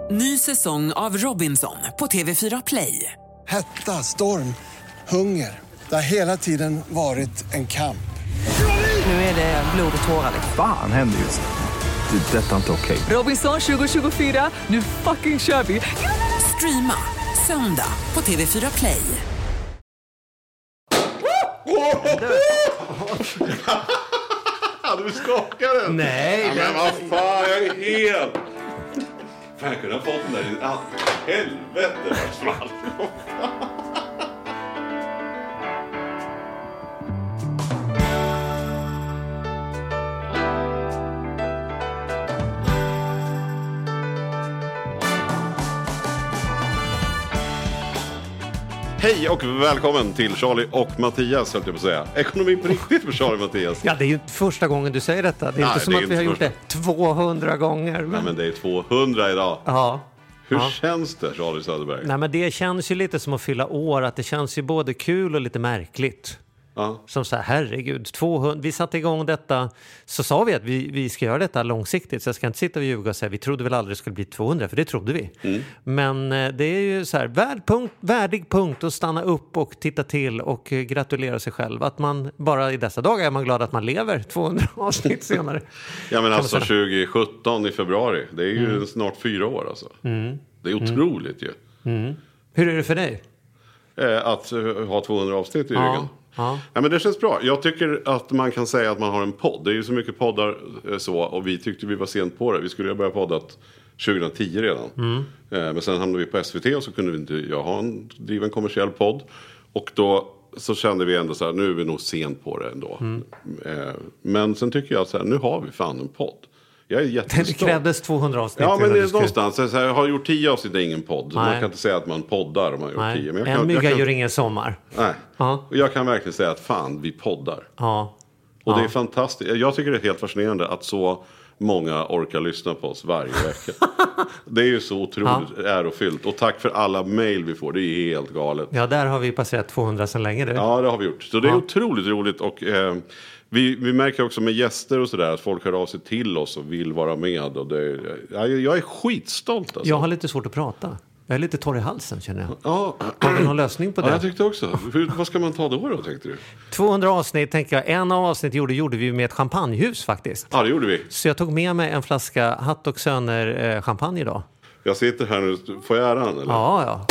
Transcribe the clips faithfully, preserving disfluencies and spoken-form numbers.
Ny säsong av Robinson på T V fyra Play. Hetta, storm, hunger. Det har hela tiden varit en kamp. Nu är det blod och tårar. Fan händer just det. Det är detta inte okej. Robinson tjugo tjugofyra, nu fucking kör vi. Streama söndag på T V fyra Play. Du skakar den. Nej, ja, men vad fan, jag är helt... Fan, jag kunde ha fått den där i... Ah, helvete, vad small. Hej och välkommen till Charlie och Mattias, höll jag på att säga. Ekonomi på riktigt för Charlie och Mattias. Ja, det är ju inte första gången du säger detta. Det är Nej, inte som det är att vi har inte gjort det tvåhundra gånger. Men... Nej, men det är tvåhundra idag. Ja. Hur ja. känns det, Charlie Söderberg? Nej, men det känns ju lite som att fylla år. Att det känns ju både kul och lite märkligt. Ja. Som så här, herregud, tvåhundra, vi satte igång detta, så sa vi att vi, vi ska göra detta långsiktigt, så jag ska inte sitta och ljuga och säga, vi trodde väl aldrig det skulle bli tvåhundra, för det trodde vi. Mm. Men eh, det är ju så här, värd punkt, värdig punkt att stanna upp och titta till och eh, gratulera sig själv. Att man, bara i dessa dagar är man glad att man lever tvåhundra avsnitt senare. Ja, men alltså tjugo sjutton i februari, det är ju mm. snart fyra år alltså. Mm. Det är otroligt mm. ju. Mm. Hur är det för dig? Eh, att uh, ha tvåhundra avsnitt i ja. ryggen. Ja. Ja, men det känns bra. Jag tycker att man kan säga att man har en podd. Det är ju så mycket poddar så, och vi tyckte vi var sent på det. Vi skulle ju börja poddat tjugohundratio redan. Mm. Eh, men sen hamnade vi på S V T och så kunde vi inte jag ha en, driva en kommersiell podd. Och då så kände vi ändå så här, nu är vi nog sent på det ändå. Mm. Eh, men sen tycker jag så här, nu har vi fan en podd. Jag är jättestolt. Det krävdes tvåhundra avsnitt. Ja, men det är någonstans. Så här, jag har gjort tio avsnitt, det är ingen podd. Man kan inte säga att man poddar om man har gjort tio. Men jag kan, en mygga jag kan, gör ingen sommar. Nej. Ja. Och jag kan verkligen säga att fan, vi poddar. Ja. Och ja. det är fantastiskt. Jag tycker det är helt fascinerande att så många orkar lyssna på oss varje vecka. Det är ju så otroligt ja. ärofyllt. Och tack för alla mejl vi får. Det är helt galet. Ja, där har vi passerat tvåhundra sedan länge. Det. Ja, det har vi gjort. Så det är ja. otroligt roligt. Och eh, vi, vi märker också med gäster och sådär att folk hör av sig till oss och vill vara med. Och det, jag, jag är skitstolt alltså. Jag har lite svårt att prata. Jag är lite torr i halsen, känner jag. Ja. Har vi någon lösning på det? Ja, jag tyckte också. Hur, vad ska man ta då då, tänkte du? tvåhundra avsnitt, tänker jag. En av avsnitt gjorde, gjorde vi med ett champagnehus faktiskt. Ja, det gjorde vi. Så jag tog med mig en flaska Hatt och Söner eh, champagne idag. Jag sitter här nu. Får jag äran, eller? Ja, ja.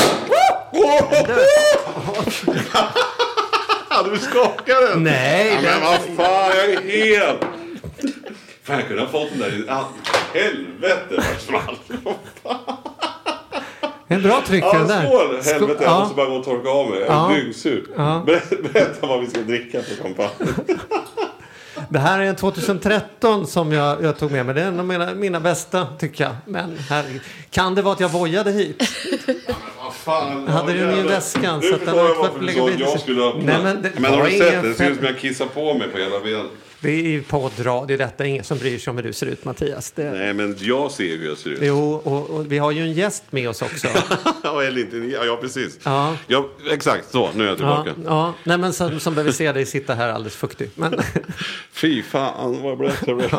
Du skakar den. Nej. Ja, men vad fan, jag är helt... Fan, jag kunde ha fått den där i... Ah, helvete, vad small. En bra tryck ja, den där. Skål, helvete, jag måste bara gå och torka av mig. Jag är ja. dyngsur. Ja. Berätta vad vi ska dricka på champagne. Det här är en tjugohundratretton som jag, jag tog med mig. Det är en av mina, mina bästa, tycker jag. Men här, kan det vara att jag vojade hit? Ja, men vad fan. Jag hade den i väskan. Nu förstår jag varför du sa att jag skulle öppna. Nej, men det, men har du sett det? Det ser fem... ut som jag kissar på mig på hela benen. Det är ju poddradio, detta är ingen som bryr sig om hur du ser ut, Mattias. Det... Nej, men jag ser hur jag ser ut. Jo, och, och vi har ju en gäst med oss också. ja, eller inte, ja, ja, precis. Ja. Ja, exakt, så, nu är jag tillbaka. Ja, ja. Nej, men som, som behöver se dig sitta här alldeles fuktig. Men... Fy fan, vad berättar du?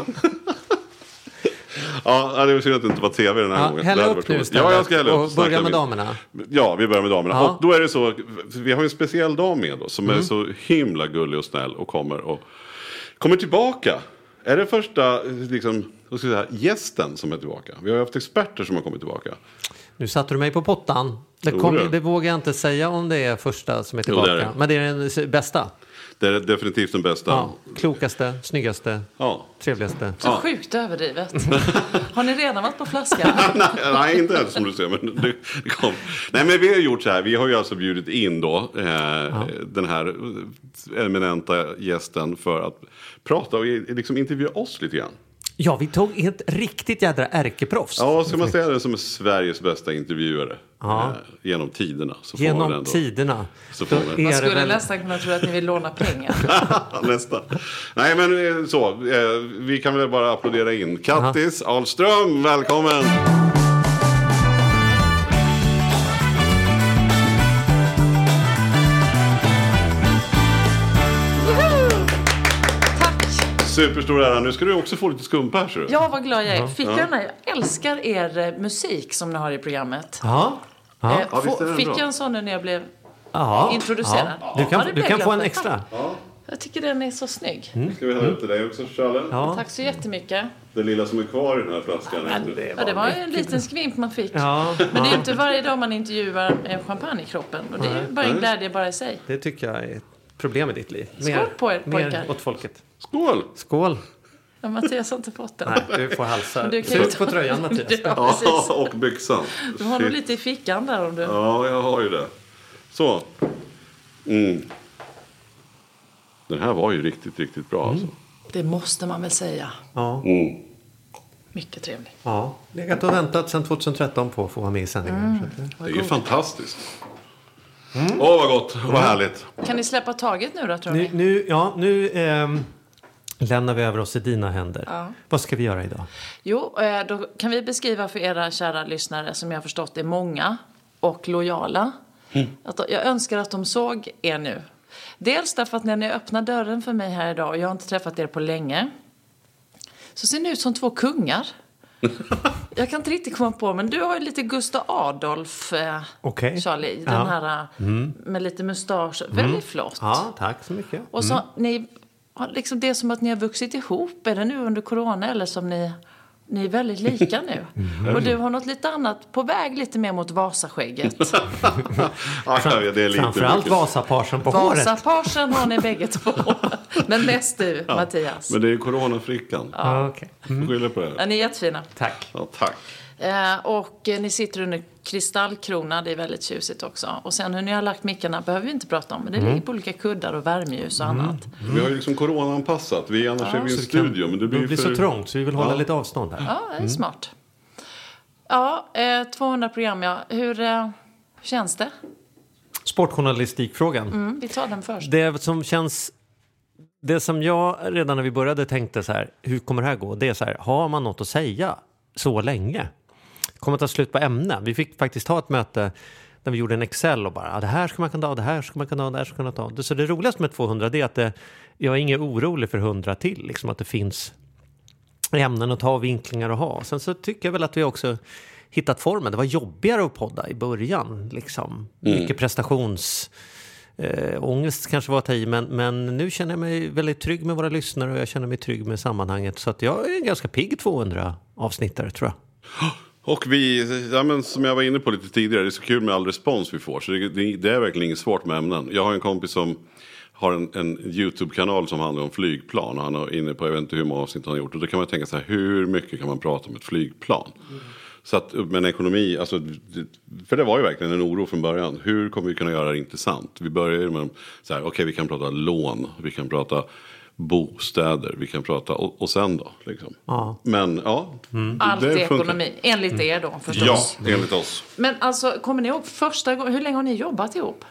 Ja, det var synd att det inte var tv den här ja, gången. Hälla upp nu istället. Ja, jag ska hälla upp. Och börja med damerna. Ja, vi börjar med damerna. Ja. Och då är det så, vi har en speciell dam med då, som mm. är så himla gullig och snäll och kommer och kommer tillbaka. Är det första liksom, vad ska jag säga, gästen som är tillbaka? Vi har haft experter som har kommit tillbaka. Nu satte du mig på pottan. Det, kom, det. det vågar jag inte säga om det är första som är tillbaka. Jo, det är det. Men det är den bästa. Det är definitivt den bästa. Ja, klokaste, snyggaste, ja. trevligaste. Så ja. Sjukt överdrivet. Har ni redan varit på flaskan? nej, nej, inte ens som du ser. Men det, det kom. Nej, men vi har gjort så här. Vi har ju alltså bjudit in då eh, ja. den här eminenta gästen för att prata och liksom intervjua oss lite grann. Ja, vi tog ett riktigt jädra ärkeproffs. Ja, ska man säga det som är Sveriges bästa intervjuare ja. eh, genom tiderna. Så genom får ändå, tiderna. Så får man man skulle väl... nästan kunna tro att ni vill låna pengar. nästan. Nej, men så. Eh, vi kan väl bara applådera in. Kattis Aha. Ahlström, välkommen! superstor ära. Nu ska du också få lite skumpa här. Ja, vad glad jag är. Fick jag den här? Jag älskar er eh, musik som ni har i programmet. Ja. Ja. Eh, Ja, visst är få, den fick bra. jag en sån när jag blev Ja. introducerad? Ja. Du kan, Ja, det du blev kan jag få en glad för. extra. Jag tycker den är så snygg. Ska vi hälla upp till dig också, Charlie? Ja. Tack så jättemycket. Det lilla som är kvar i den här flaskan. Ja, det var en liten skvimp man fick. Ja. Men det är ju inte varje dag man intervjuar en champagne i kroppen. Och det är ju bara en glädje bara i sig. Det tycker jag är ett problem i ditt liv. Skål på er, pojkar. Mer åt folket. Skål! Skål. Ja, Mattias har inte fått den. Nej, du får halsa. Du kan Se ju upp på ta- tröjan, Mattias. Ja, Ja, precis. och byxan. Du har nog Shit. lite i fickan där om du... Ja, jag har ju det. Så. Mm. Den här var ju riktigt, riktigt bra alltså. Det måste man väl säga. Ja. Mm. Mycket trevligt. Ja. Legat och väntat sedan tjugotretton på att få vara med i sändningen. Mm. Det är ju fantastiskt. Åh, mm. oh, vad gott. Vad härligt. Kan ni släppa taget nu då, tror Nu, ni? nu, ja, nu ehm, lämnar vi över oss i dina händer. Ja. Vad ska vi göra idag? Jo, eh, då kan vi beskriva för era kära lyssnare, som jag har förstått är många och lojala. Mm. Att jag önskar att de såg er nu. Dels därför att när ni öppnar dörren för mig här idag, och jag har inte träffat er på länge, så ser ni ut som två kungar. Jag kan inte riktigt komma på, men du har ju lite Gustav Adolf, eh, Okej. Charlie. Den Ja. här mm. med lite mustasch. Väldigt flott. Ja, tack så mycket. Och så, ni, har liksom det är som att ni har vuxit ihop. Är det nu under corona eller som ni, ni är väldigt lika nu? Och du har något lite annat på väg, lite mer mot Vasaskägget. Ja, det är lite Framförallt mycket. Vasaparsen på håret. Vasaparsen har ni bägge två. Men mest du, Mattias. Men det är coronafrickan. Ja, okej. Mm. Skylla på det. Ja, ni är jättefina. Tack. Ja, tack. Eh, och eh, ni sitter under kristallkrona, det är väldigt tjusigt också. Och sen hur ni har lagt mickarna behöver vi inte prata om. Men det ligger på olika kuddar och värmeljus och annat. Vi har ju liksom coronaanpassat. Vi annars är vi i en Så det kan- studio. Men det blir, det blir för... så trångt så vi vill hålla Ja. lite avstånd här. Ja, det är smart. Ja, eh, tvåhundra program, ja. Hur eh, känns det? Sportjournalistikfrågan. Mm, vi tar den först. Det som känns... Det som jag redan när vi började tänkte så här, hur kommer det här gå? Det är så här, har man något att säga så länge? Kommer att ta slut på ämnen. Vi fick faktiskt ha ett möte där vi gjorde en Excel och bara, ah, det här ska man kunna ta, det här ska man kunna ta, det här ska man kunna ta. Så det roligaste med tvåhundra det är att det, jag är ingen orolig för hundra till. Liksom att det finns ämnen att ta och vinklingar att ha. Sen så tycker jag väl att vi också hittat formen. Det var jobbigare att podda i början. Liksom. Mm. Mycket prestations... Äh, ångest kanske var att ta i, men, men nu känner jag mig väldigt trygg med våra lyssnare och jag känner mig trygg med sammanhanget. Så att jag är en ganska pigg tvåhundra avsnittare, tror jag. Och vi, ja, men som jag var inne på lite tidigare, det är så kul med all respons vi får. Så det, det, det är verkligen inget svårt med ämnen. Jag har en kompis som har en, en YouTube-kanal som handlar om flygplan. Och han är inne på, jag vet inte hur många avsnitt han har gjort. Och då kan man tänka så här, hur mycket kan man prata om ett flygplan? Mm. Så att, men ekonomi, alltså, för det var ju verkligen en oro från början. Hur kommer vi kunna göra det intressant? Vi börjar med så här, okej okay, vi kan prata lån, vi kan prata bostäder, vi kan prata, och, och sen då? Liksom. Ja. Men ja, Mm. det, Allt det är funkar. ekonomi, enligt er då förstås. Ja, enligt oss. Men alltså, kommer ni ihåg första gången, hur länge har ni jobbat ihop?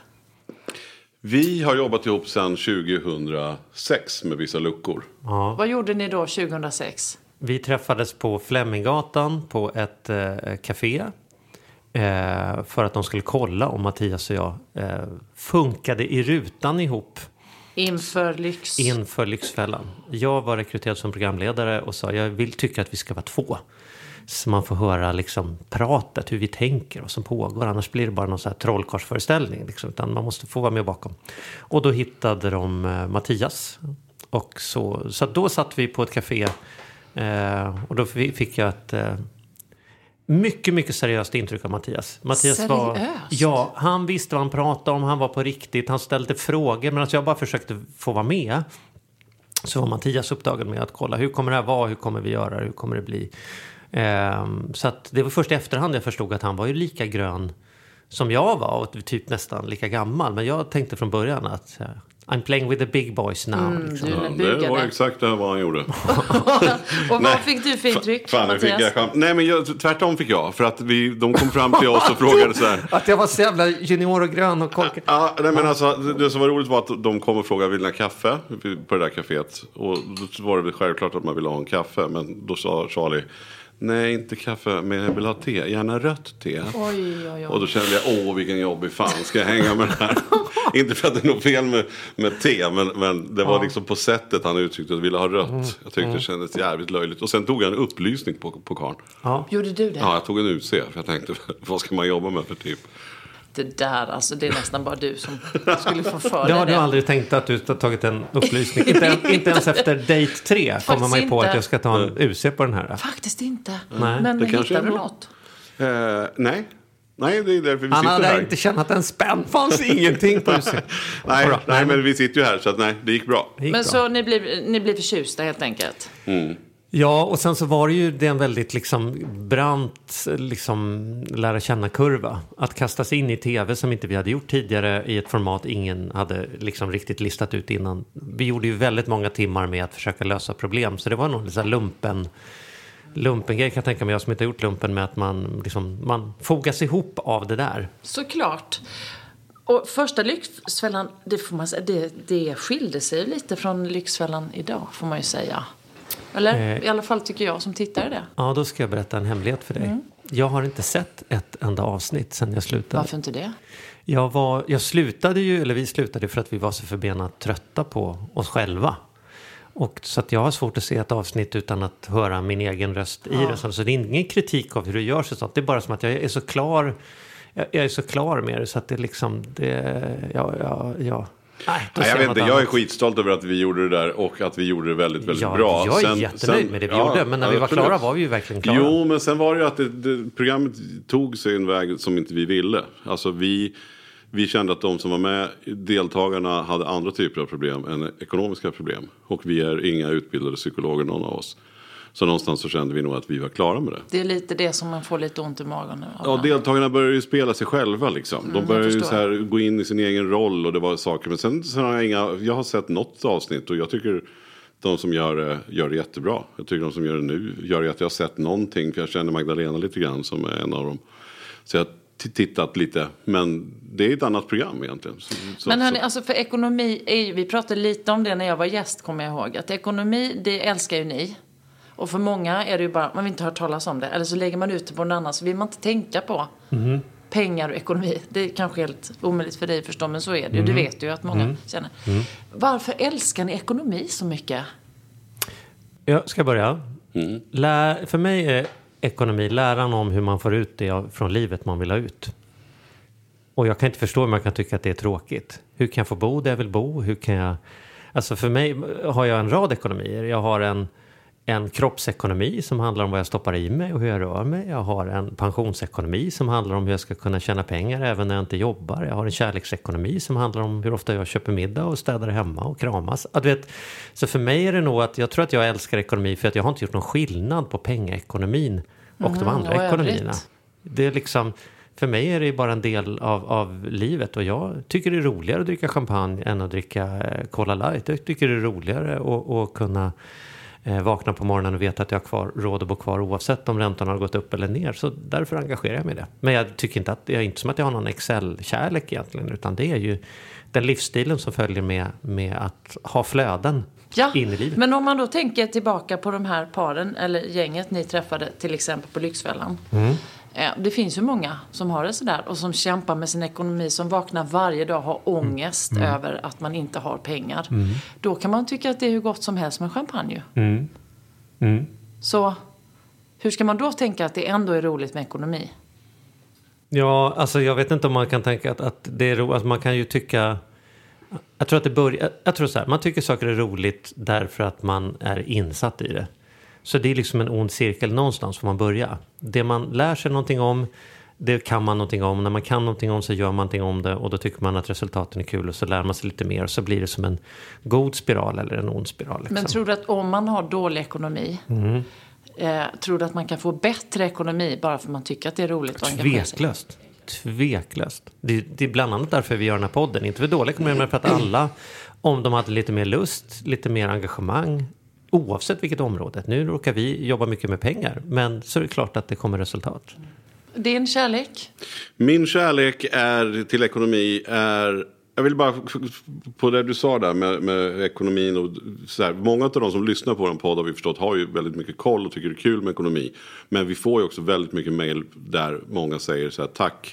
Vi har jobbat ihop sedan tjugohundrasex med vissa luckor. Ja. Vad gjorde ni då tjugohundrasex? Vi träffades på Fleminggatan på ett eh, café eh, för att de skulle kolla om Mattias och jag eh, funkade i rutan ihop Inför lyx. inför Lyxfällan. Jag var rekryterad som programledare och sa jag vill tycka att vi ska vara två. Så man får höra liksom pratet, hur vi tänker och som pågår. Annars blir det bara någon så här trollkarlsföreställning. Liksom, utan man måste få vara med bakom. Och då hittade de eh, Mattias. Och så, så då satt vi på ett café. Eh, och då fick jag ett eh, mycket, mycket seriöst intryck av Mattias. Mattias Seriöst? var, ja, han visste vad han pratade om. Han var på riktigt. Han ställde frågor. Men alltså jag bara försökte få vara med. Så var Mattias upptagen med att kolla. Hur kommer det här vara? Hur kommer vi göra? Hur kommer det bli? Eh, så att det var först i efterhand jag förstod att han var ju lika grön som jag var. Och typ nästan lika gammal. Men jag tänkte från början att... Eh, I'm playing with the big boys now. Mm, liksom. du är Ja, bugade. det var exakt det vad han gjorde. Och vad fick du för intryck, Fan, nu fick Mattias? jag, nej, men jag, tvärtom fick jag. För att vi, de kom fram till oss och frågade så här. Att jag var så jävla junior och grön och korkad. Ja, nej, men alltså, det, det som var roligt var att de kom och frågade vill ni ha kaffe på det där kaféet. Och då var det väl självklart att man ville ha en kaffe. Men då sa Charlie, nej inte kaffe men jag vill ha te, gärna rött te. Oj, oj, oj. Och då kände jag, åh vilken jobbig fan, ska jag hänga med det här? Inte för att det är något fel med, med te, men, men det var ja. liksom på sättet han uttryckte att han ville ha rött. Mm. Jag tyckte mm. det kändes jävligt löjligt. Och sen tog jag en upplysning på, på karn. Ja. Gjorde du det? Ja, jag tog en U C, för jag tänkte, vad ska man jobba med för typ? Det där, alltså det är nästan bara du som skulle få för det. Har du aldrig tänkt att du har tagit en upplysning? inte, inte ens efter date tre kommer man ju på att jag ska ta en U C på den här. Faktiskt inte. Nej. Men hittar du något? Uh, nej. Nej, det är därför vi han sitter här. Han hade inte känt en spänn. Fanns ingenting på U C. nej, nej, nej, men vi sitter ju här så att nej, det gick bra. Det gick men bra. Så ni blir, ni blir förtjusta helt enkelt? Mm. Ja, och sen så var det ju det en väldigt liksom brant liksom lära känna kurva. Att kastas in i tv som inte vi hade gjort tidigare i ett format ingen hade liksom riktigt listat ut innan. Vi gjorde ju väldigt många timmar med att försöka lösa problem. Så det var nog liksom lumpen, lumpen grej kan jag tänka mig, jag som inte har gjort lumpen, med att man, liksom, man fogas ihop av det där. Såklart. Och första Lyxfällan, det, får man säga, det, det skilde sig lite från Lyxfällan idag, får man ju säga. Eller? Eh, I alla fall tycker jag som tittar det. Ja, då ska jag berätta en hemlighet för dig. Mm. Jag har inte sett ett enda avsnitt sedan jag slutade. Varför inte det? Jag, var, jag slutade ju, eller vi slutade för att vi var så förbenat trötta på oss själva. Och så att jag har svårt att se ett avsnitt utan att höra min egen röst ja. i det. Så det är ingen kritik av hur det görs och sånt. Det är bara som att jag är så klar, jag, jag är så klar med det så att det liksom, det, ja, ja, ja. Nej, Nej, jag vet inte, jag är skitstolt över att vi gjorde det där och att vi gjorde det väldigt, väldigt ja, bra. Jag är sen, jättenöjd sen, med det vi ja, gjorde, men när ja, vi var klara var vi ju verkligen klara. Jo, men sen var det ju att det, det, programmet tog sig en väg som inte vi ville. Alltså vi, vi kände att de som var med, deltagarna, hade andra typer av problem än ekonomiska problem. Och vi är inga utbildade psykologer, någon av oss. Så någonstans så kände vi nog att vi var klara med det. Det är lite det som man får lite ont i magen. Ja, deltagarna började ju spela sig själva liksom. De mm, började ju så här gå in i sin egen roll och det var saker. Men sen, sen har jag inga, jag har sett något avsnitt och jag tycker de som gör det, gör det jättebra. Jag tycker de som gör det nu gör det att jag har sett någonting. För jag känner Magdalena lite grann som är en av dem. Så jag har tittat lite, men det är ett annat program egentligen. Så, så, men hörni, alltså för ekonomi, är, vi pratade lite om det när jag var gäst, kommer jag ihåg. Att ekonomi, det älskar ju ni. Och för många är det ju bara, man vill inte höra talas om det. Eller så lägger man ut det på någon annan, så vill man inte tänka på mm. pengar och ekonomi. Det är kanske helt omöjligt för dig att förstå, men så är det ju. Mm. Du vet ju att många mm. känner. Mm. Varför älskar ni ekonomi så mycket? Jag ska börja. Mm. Lär, för mig är ekonomi läran om hur man får ut det från livet man vill ha ut. Och jag kan inte förstå hur man kan tycka att det är tråkigt. Hur kan jag få bo där jag vill bo? Hur kan jag... Alltså för mig har jag en rad ekonomier. Jag har en... En kroppsekonomi som handlar om vad jag stoppar i mig och hur jag rör mig. Jag har en pensionsekonomi som handlar om hur jag ska kunna tjäna pengar även när jag inte jobbar. Jag har en kärleksekonomi som handlar om hur ofta jag köper middag och städar hemma och kramas. Att vet, så för mig är det nog att jag tror att jag älskar ekonomi för att jag har inte gjort någon skillnad på pengaekonomin och mm, de andra och ekonomierna. Det är liksom, för mig är det bara en del av, av livet och jag tycker det är roligare att dricka champagne än att dricka Cola Light. Jag tycker det är roligare att, att kunna vakna på morgonen och veta att jag har kvar, råd att bo kvar oavsett om räntorna har gått upp eller ner. Så därför engagerar jag mig i det. Men jag tycker inte att det är inte som att jag har någon Excel-kärlek egentligen, utan det är ju den livsstilen som följer med, med att ha flöden ja, in i livet. Men om man då tänker tillbaka på de här paren eller gänget ni träffade till exempel på Lyxfällan. Mm. Det finns ju många som har det sådär och som kämpar med sin ekonomi, som vaknar varje dag och har ångest mm. över att man inte har pengar. Mm. Då kan man tycka att det är hur gott som helst med champagne. Mm. Mm. Så hur ska man då tänka att det ändå är roligt med ekonomi? Ja, alltså jag vet inte om man kan tänka att, att det är roligt. Alltså man kan ju tycka... Jag tror att det börjar... Jag tror så här, man tycker saker är roligt därför att man är insatt i det. Så det är liksom en ond cirkel, någonstans får man börja. Det man lär sig någonting om, det kan man någonting om. När man kan någonting om så gör man någonting om det. Och då tycker man att resultaten är kul och så lär man sig lite mer. Och så blir det som en god spiral eller en ond spiral. Liksom. Men tror du att om man har dålig ekonomi, mm. eh, tror du att man kan få bättre ekonomi bara för att man tycker att det är roligt att engagera sig? Tveklöst. Tveklöst. Det, det är bland annat därför vi gör den här podden. Inte för dålig ekonomi, men för att alla, om de hade lite mer lust, lite mer engagemang, oavsett vilket område. Nu råkar vi jobba mycket med pengar, men så är det klart att det kommer resultat. Din kärlek? Min kärlek är, till ekonomi är Jag vill bara på det du sa där med, med ekonomin och så här, många av de som lyssnar på den podd har vi förstått har ju väldigt mycket koll och tycker det är kul med ekonomi. Men vi får ju också väldigt mycket mejl där många säger så här: tack,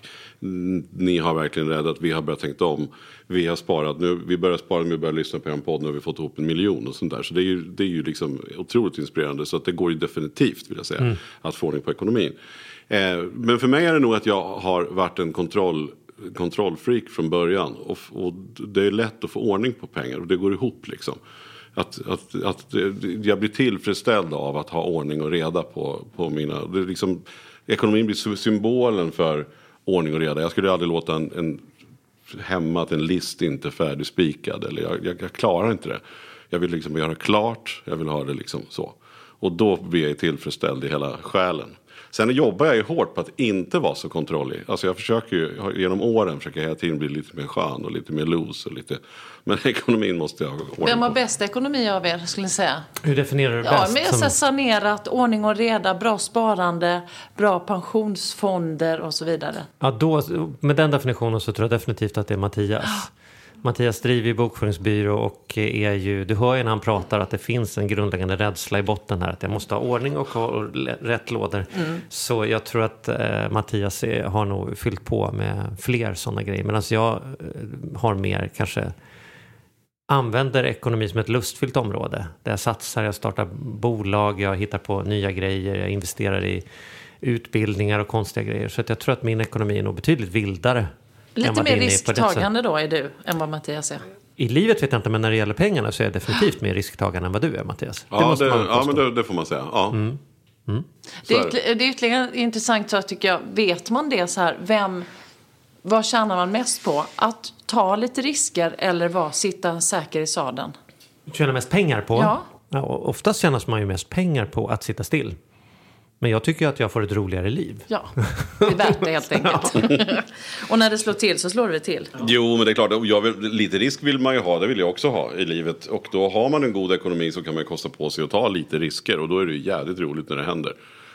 ni har verkligen räddat, vi har börjat tänkt om, vi har sparat, nu, vi börjar spara när vi börjar lyssna på en podd, nu har vi fått ihop en miljon och sånt där. Så det är ju, det är ju liksom otroligt inspirerande, så att det går ju definitivt, vill jag säga, mm. att få ordning på ekonomin. Eh, men för mig är det nog att jag har varit en kontroll kontrollfreak från början och, och det är lätt att få ordning på pengar och det går ihop liksom. Att, att, att jag blir tillfredsställd av att ha ordning och reda på, på mina, det är liksom, ekonomin blir symbolen för ordning och reda. Jag skulle aldrig låta en, en hemma att en list inte är färdigspikad, eller jag, jag, jag klarar inte det. Jag vill liksom göra klart, jag vill ha det liksom så. Och då blir jag tillfredsställd i hela själen. Sen jobbar jag ju hårt på att inte vara så kontrollig. Alltså jag försöker ju, genom åren försöker jag hela tiden bli lite mer skön och lite mer loose och lite, men ekonomin måste jag ha ordning på. Vem har bäst ekonomi av er, skulle jag säga? Hur definierar du ja, bäst? Men jag som... sanerat, ordning och reda, bra sparande, bra pensionsfonder och så vidare. Ja, då, med den definitionen så tror jag definitivt att det är Mattias. Mattias driver ju bokföringsbyrå och är ju, du hör ju när han pratar att det finns en grundläggande rädsla i botten här, att jag måste ha ordning och ha rätt lådor. Mm. Så jag tror att eh, Mattias är, har nog fyllt på med fler sådana grejer. Medan jag eh, har mer kanske använder ekonomi som ett lustfyllt område. Där jag satsar, jag startar bolag, jag hittar på nya grejer, jag investerar i utbildningar och konstiga grejer. Så att jag tror att min ekonomi är nog betydligt vildare. Lite mer risktagande då är du än vad Mattias är. I livet vet jag inte, men när det gäller pengarna så är jag definitivt mer risktagande än vad du är, Mattias. Ja, det, måste det, man ja men det, det får man säga. Ja. Mm. Mm. Det, är, det är ytterligare intressant så tycker jag. Vet man det så här, vem, vad tjänar man mest på? Att ta lite risker eller vad, sitta säker i sadeln? Tjänar mest pengar på? Ja. Ja, oftast tjänar man ju mest pengar på att sitta still. Men jag tycker att jag får ett roligare liv. Ja, det är värt det helt enkelt. Och när det slår till så slår det till. Jo, men det är klart, jag vill, lite risk vill man ju ha, det vill jag också ha i livet. Och då har man en god ekonomi så kan man ju kosta på sig att ta lite risker. Och då är det ju jävligt roligt när det händer.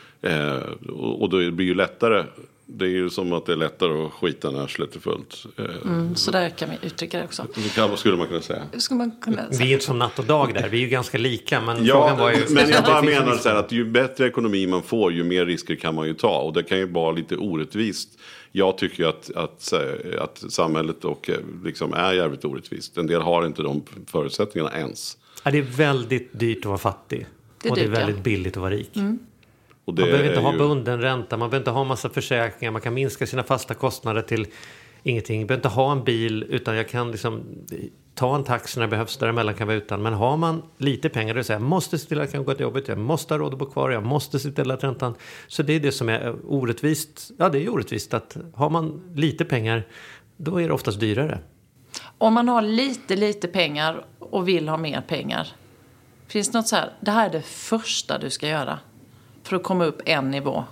Eh, och, och då blir det ju lättare. Det är ju som att det är lättare att skita när arslet är fullt. Mm, så där kan vi uttrycka det också. Vad skulle man kunna säga? Skulle man kunna säga? Vi är inte som natt och dag där. Vi är ju ganska lika. Men, ja, frågan var ju, men jag bara menar så här att ju bättre ekonomi man får, ju mer risker kan man ju ta. Och det kan ju vara lite orättvist. Jag tycker att, att, att samhället och, liksom är jävligt orättvist. En del har inte de förutsättningarna ens. Ja, det är väldigt dyrt att vara fattig. Det och det är väldigt ja. billigt att vara rik. Mm. Och det man behöver inte ha ju... bunden ränta, man behöver inte ha massa försäkringar, man kan minska sina fasta kostnader till ingenting. Jag behöver inte ha en bil, utan jag kan liksom ta en taxi när det behövs, däremellan kan vara utan. Men har man lite pengar, då säger jag måste se till att jag kan gå till jobbet, jag måste ha råd att bo kvar, jag måste se till att räntan. Så det är det som är orättvist. Ja, det är orättvist att har man lite pengar, då är det oftast dyrare. Om man har lite, lite pengar och vill ha mer pengar, finns det något så här, det här är det första du ska göra för att komma upp en nivå?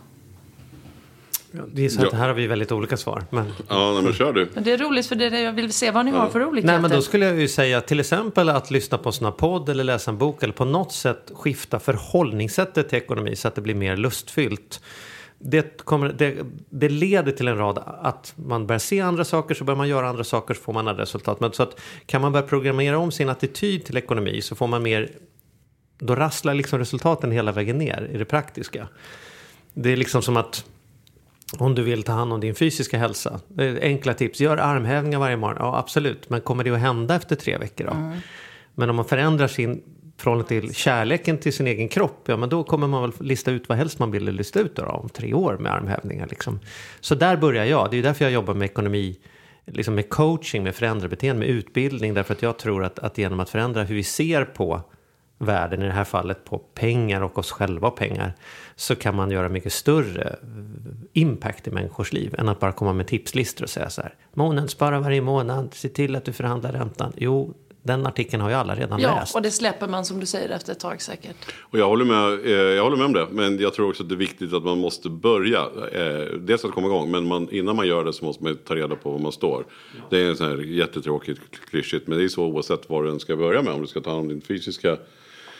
Ja, det är så att här har vi väldigt olika svar. Men... Ja, nej, men kör du. Men det är roligt för det är det jag vill se vad ni ja. har för olikheter. Nej, men då skulle jag ju säga till exempel att lyssna på såna podd eller läsa en bok eller på något sätt skifta förhållningssättet till ekonomi så att det blir mer lustfyllt. Det, kommer, det, det leder till en rad att man börjar se andra saker, så börjar man göra andra saker, så får man andra resultat. Men så att kan man börja programmera om sin attityd till ekonomi, så får man mer, då rasslar liksom resultaten hela vägen ner i det praktiska. Det är liksom som att om du vill ta hand om din fysiska hälsa, enkla tips, gör armhävningar varje morgon. Ja, absolut, men kommer det att hända efter tre veckor då? Mm. Men om man förändrar sin förhållande till kärleken till sin egen kropp, ja, men då kommer man väl lista ut vad helst man vill lista ut då, om tre år med armhävningar liksom. Så där börjar jag, det är därför jag jobbar med ekonomi, liksom med coaching, med förändrarbeteende, med utbildning, därför att jag tror att, att genom att förändra hur vi ser på världen, i det här fallet på pengar och oss själva och pengar, så kan man göra mycket större impact i människors liv än att bara komma med tipslistor och säga så här: månadsspara varje månad, se till att du förhandlar räntan. Jo, den artikeln har ju alla redan ja, läst. Och det släpper man, som du säger, efter ett tag säkert. Och jag håller med, eh, jag håller med om det. Men jag tror också att det är viktigt att man måste börja. Eh, dels att komma igång, men man, innan man gör det så måste man ta reda på var man står. Ja. Det är en sån här jättetråkigt, klyschigt, men det är så oavsett vad du än ska börja med. Om du ska ta hand om din fysiska,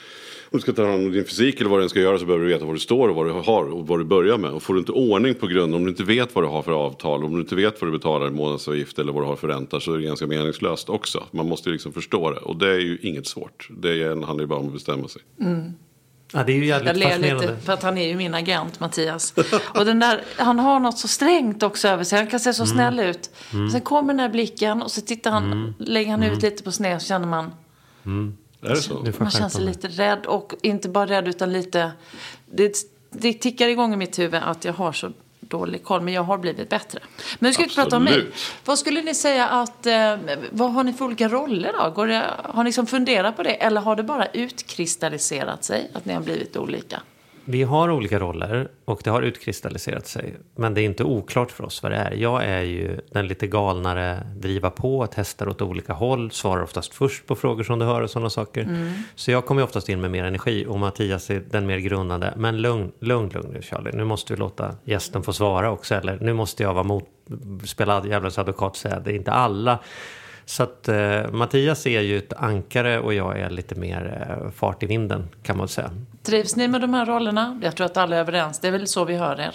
du ska ta hand om din fysik eller vad du ska göra, så behöver du veta vad du står och vad du har och vad du börjar med. Och får du inte ordning på grund, om du inte vet vad du har för avtal, om du inte vet vad du betalar i månadsavgift eller vad du har för ränta, så är det ganska meningslöst också. Man måste ju liksom förstå det, och det är ju inget svårt. Det handlar ju bara om att bestämma sig. Mm. Ja, det är ju jävligt jag ler lite för att han är ju min agent, Mattias. Och den där, han har något så strängt också över sig. Han kan se så mm. snäll ut. Mm. Sen kommer den där blicken och så tittar han, mm. lägger han ut mm. lite på sned, så känner man... Mm. Är det så? Man känner sig lite rädd, och inte bara rädd utan lite... Det, det tickar igång i mitt huvud att jag har så dålig koll, men jag har blivit bättre. Men nu ska vi prata om mig. Vad skulle ni säga att... Eh, vad har ni för olika roller då? Går det, har ni liksom funderat på det? Eller har det bara utkristalliserat sig att ni har blivit olika? Vi har olika roller och det har utkristalliserat sig. Men det är inte oklart för oss vad det är. Jag är ju den lite galnare, driva på, testar åt olika håll. Svarar oftast först på frågor som du hör och sådana saker. Mm. Så jag kommer oftast in med mer energi. Och Mattias är den mer grundande. Men lugn, lugn, lugn nu Charlie. Nu måste vi låta gästen få svara också. Eller nu måste jag vara mot, spela jävlas advokat och säga. Det är inte alla. Så att eh, Mattias är ju ett ankare och jag är lite mer eh, fart i vinden, kan man säga. Trivs ni med de här rollerna? Jag tror att alla är överens. Det är väl så vi hör er.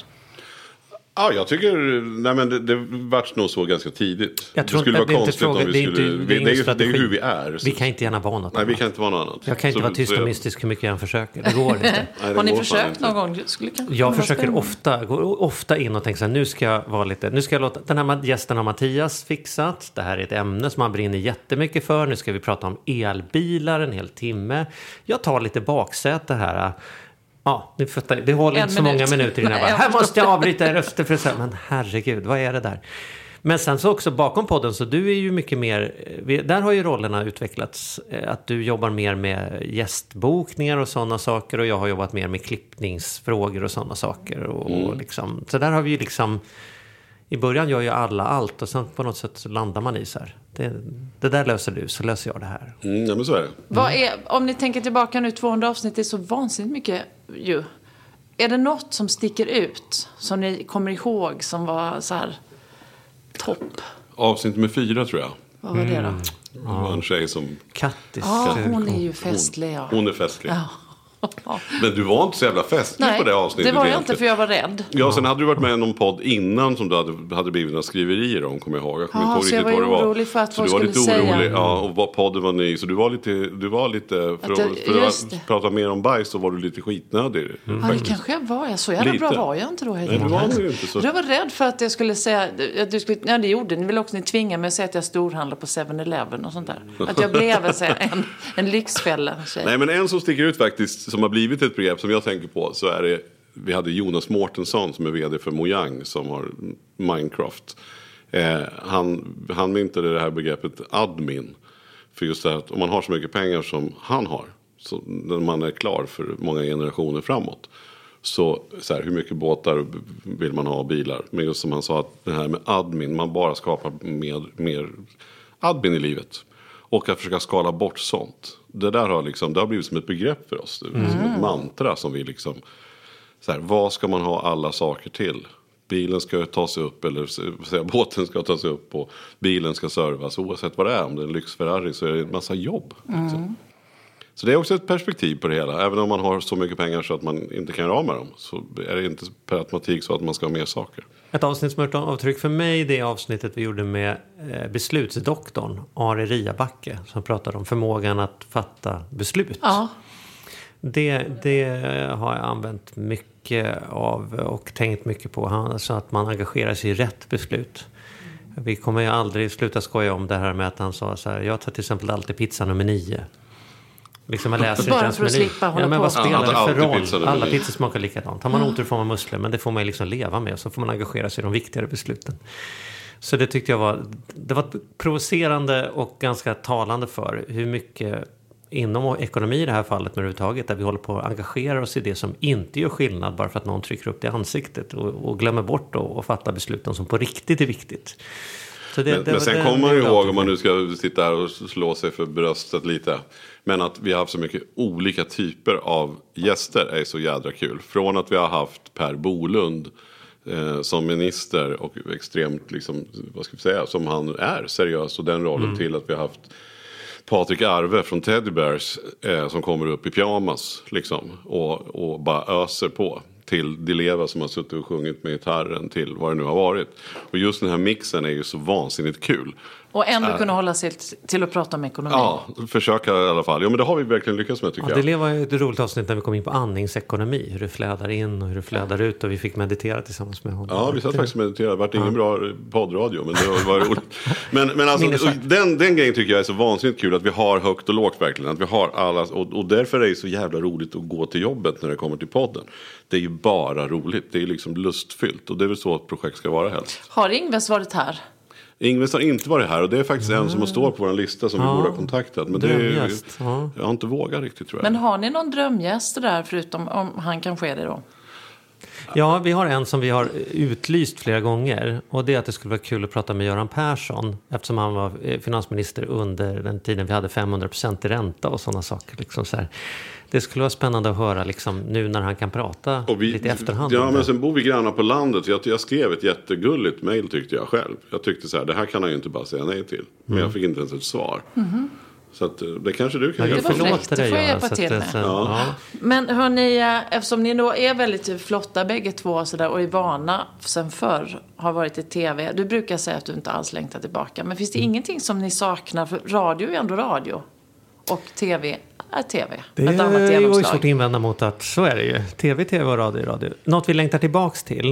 Ja, jag tycker... Nej, men det, det vart nog så ganska tidigt. Jag tror det skulle inte, vara konstigt fråga, om vi skulle... Det är, inte, det är, det är, det är hur vi är. Vi kan inte gärna vara något Nej, annat. vi kan inte vara något annat. Jag kan inte så, vara tyst och mystisk hur mycket jag än försöker. Det går inte. Nej, det har ni går försökt någon gång? Skulle jag försöker spännande. ofta, går ofta in och tänker så här, nu ska jag vara lite... Nu ska jag låta... Den här gästen har Mattias fixat. Det här är ett ämne som man brinner jättemycket för. Nu ska vi prata om elbilar en hel timme. Jag tar lite baksäte här... Ja, ni fattar, det håller inte så minut. många minuter innan jag bara, här måste jag avbryta er röster för att säga, men herregud, vad är det där? Men sen så också bakom podden, så du är ju mycket mer, där har ju rollerna utvecklats, att du jobbar mer med gästbokningar och sådana saker, och jag har jobbat mer med klippningsfrågor och sådana saker. Och, mm. och liksom, så där har vi ju liksom, i början gör ju alla allt och sen på något sätt så landar man i så här. Det, det där löser du, så löser jag det här. Mm, ja, men så är det. Vad är, om ni tänker tillbaka nu, tvåhundra avsnitt, det är så vansinnigt mycket ju. Är det något som sticker ut som ni kommer ihåg som var så här topp? Avsnitt med fyra tror jag. Vad var det då? Mm. Det var en tjej som... Kattis. Ja, hon är ju festlig. Ja. Hon, hon är festlig. Ja. Men du var inte så jävla festlig Nej, på det avsnittet. det var jag inte, för jag var rädd. Ja, sen hade du varit med i någon podd innan som du hade, hade blivit några skriverier om, kommer jag ihåg. Jag kommer ja, inte ihåg så riktigt jag var vad det var. orolig för att så vad du var skulle lite säga. orolig, ja, och vad podden var ny. Så du var lite, du var lite för att, jag, för att prata mer om bajs så var du lite skitnödig. Mm. Ja, det kanske jag var. Jag så jävla lite. Bra var jag inte då. Nej, det var du inte så. Jag var rädd för att jag skulle säga, att du skulle, ja det gjorde ni väl också, ni tvingade mig att säga att jag storhandlar på seven eleven och sånt där. Att jag blev en, en lyxfälla tjej. Nej, men en som sticker ut faktiskt, som har blivit ett begrepp som jag tänker på, så är det, vi hade Jonas Mårtensson som är vd för Mojang som har Minecraft. Eh, han, han myntade det här begreppet admin. För just det här att om man har så mycket pengar som han har, så när man är klar för många generationer framåt, så, så här, hur mycket båtar vill man ha, bilar? Men just som han sa, att det här med admin, man bara skapar mer, mer admin i livet. Och att försöka skala bort sånt. Det där har, liksom, det har blivit som ett begrepp för oss. Mm. Som ett mantra som vi liksom... Så här, vad ska man ha alla saker till? Bilen ska ta sig upp, eller säga, båten ska ta sig upp och bilen ska servas. Oavsett vad det är, om det är en lyxferrari så är det en massa jobb. Liksom. Mm. Så det är också ett perspektiv på det hela. Även om man har så mycket pengar så att man inte kan göra av med dem, så är det inte per automatik så att man ska ha mer saker. Ett avsnittsavtryck för mig, det avsnittet vi gjorde med eh, beslutsdoktorn Ari Riabacke, som pratade om förmågan att fatta beslut. Ja. Det, det har jag använt mycket av och tänkt mycket på, så att man engagerar sig i rätt beslut. Vi kommer ju aldrig sluta skoja om det här med att han sa så här, jag tar till exempel alltid pizza nummer nio. Liksom man läser bara för att slippa hålla ja, men på. Vad spelar det för roll? Pizza Alla pizzor smakar likadant. Har man mm. otur får man muskler, men det får man ju liksom leva med. Så får man engagera sig i de viktigare besluten. Så det tyckte jag var, det var provocerande och ganska talande för hur mycket inom ekonomi i det här fallet med överhuvudtaget, där vi håller på att engagera oss i det som inte gör skillnad bara för att någon trycker upp det i ansiktet och, och glömmer bort då och fatta besluten som på riktigt är viktigt. Så det, men, det, men sen det, kommer man ju det, ihåg, om man nu ska sitta här och slå sig för bröstet lite, men att vi har haft så mycket olika typer av gäster är så jädra kul. Från att vi har haft Per Bolund eh, som minister och extremt, liksom, vad ska vi säga, som han är seriös och den rollen, mm. till att vi har haft Patrik Arve från Teddy Bears eh, som kommer upp i pyjamas liksom, och, och bara öser på. Till Di Leva som har suttit och sjungit med gitarren till vad det nu har varit. Och just den här mixen är ju så vansinnigt kul. Och ändå äh, kunna hålla sig till att prata om ekonomi. Ja, försöka i alla fall. Ja, men det har vi verkligen lyckats med tycker ja, jag. Det var ju ett roligt avsnitt när vi kom in på andningsekonomi. Hur det flödar in och hur det flödar ut. Och vi fick meditera tillsammans med honom. Ja, vi satt faktiskt och mediterade. Det var ingen ja. bra poddradio, men det var, var roligt. Men, men alltså, Minnesvärd. den, den grejen tycker jag är så vansinnigt kul. Att vi har högt och lågt verkligen. Att vi har alla, och, och därför är det så jävla roligt att gå till jobbet när det kommer till podden. Det är ju bara roligt. Det är liksom lustfyllt. Och det är väl så att projekt ska vara helst. Har Ingves varit här? Ingves har inte varit här och det är faktiskt mm. en som står på vår lista som ja. vi borde ha kontaktat. Men det är, ja. jag har inte vågat riktigt tror jag. Men har ni någon drömgäst där förutom om han kanske är det då? Ja, vi har en som vi har utlyst flera gånger och det är att det skulle vara kul att prata med Göran Persson eftersom han var finansminister under den tiden vi hade femhundra procent i ränta och sådana saker. Liksom så här. Det skulle vara spännande att höra liksom, nu när han kan prata och vi, lite i efterhand. Ja, men sen bor vi grannar på landet. Jag, jag skrev ett jättegulligt mejl tyckte jag själv. Jag tyckte så här, det här kan han ju inte bara säga nej till. Men mm. jag fick inte ens ett svar. Mm-hmm. Så att, det kanske du kan göra. Det var fräckt, det får jag hjälpa till med. Sen, ja. Ja. Men hörni, eftersom ni då är väldigt flotta bägge två så där, och är vana sen förr, har varit i tv. Du brukar säga att du inte alls längtar tillbaka. Men finns det mm. ingenting som ni saknar? För radio är ändå radio. Och tv är tv. Det ett annat är ju svårt att genomslag. invända mot att så är det ju. Tv, tv och radio, radio. Något vi längtar tillbaks till.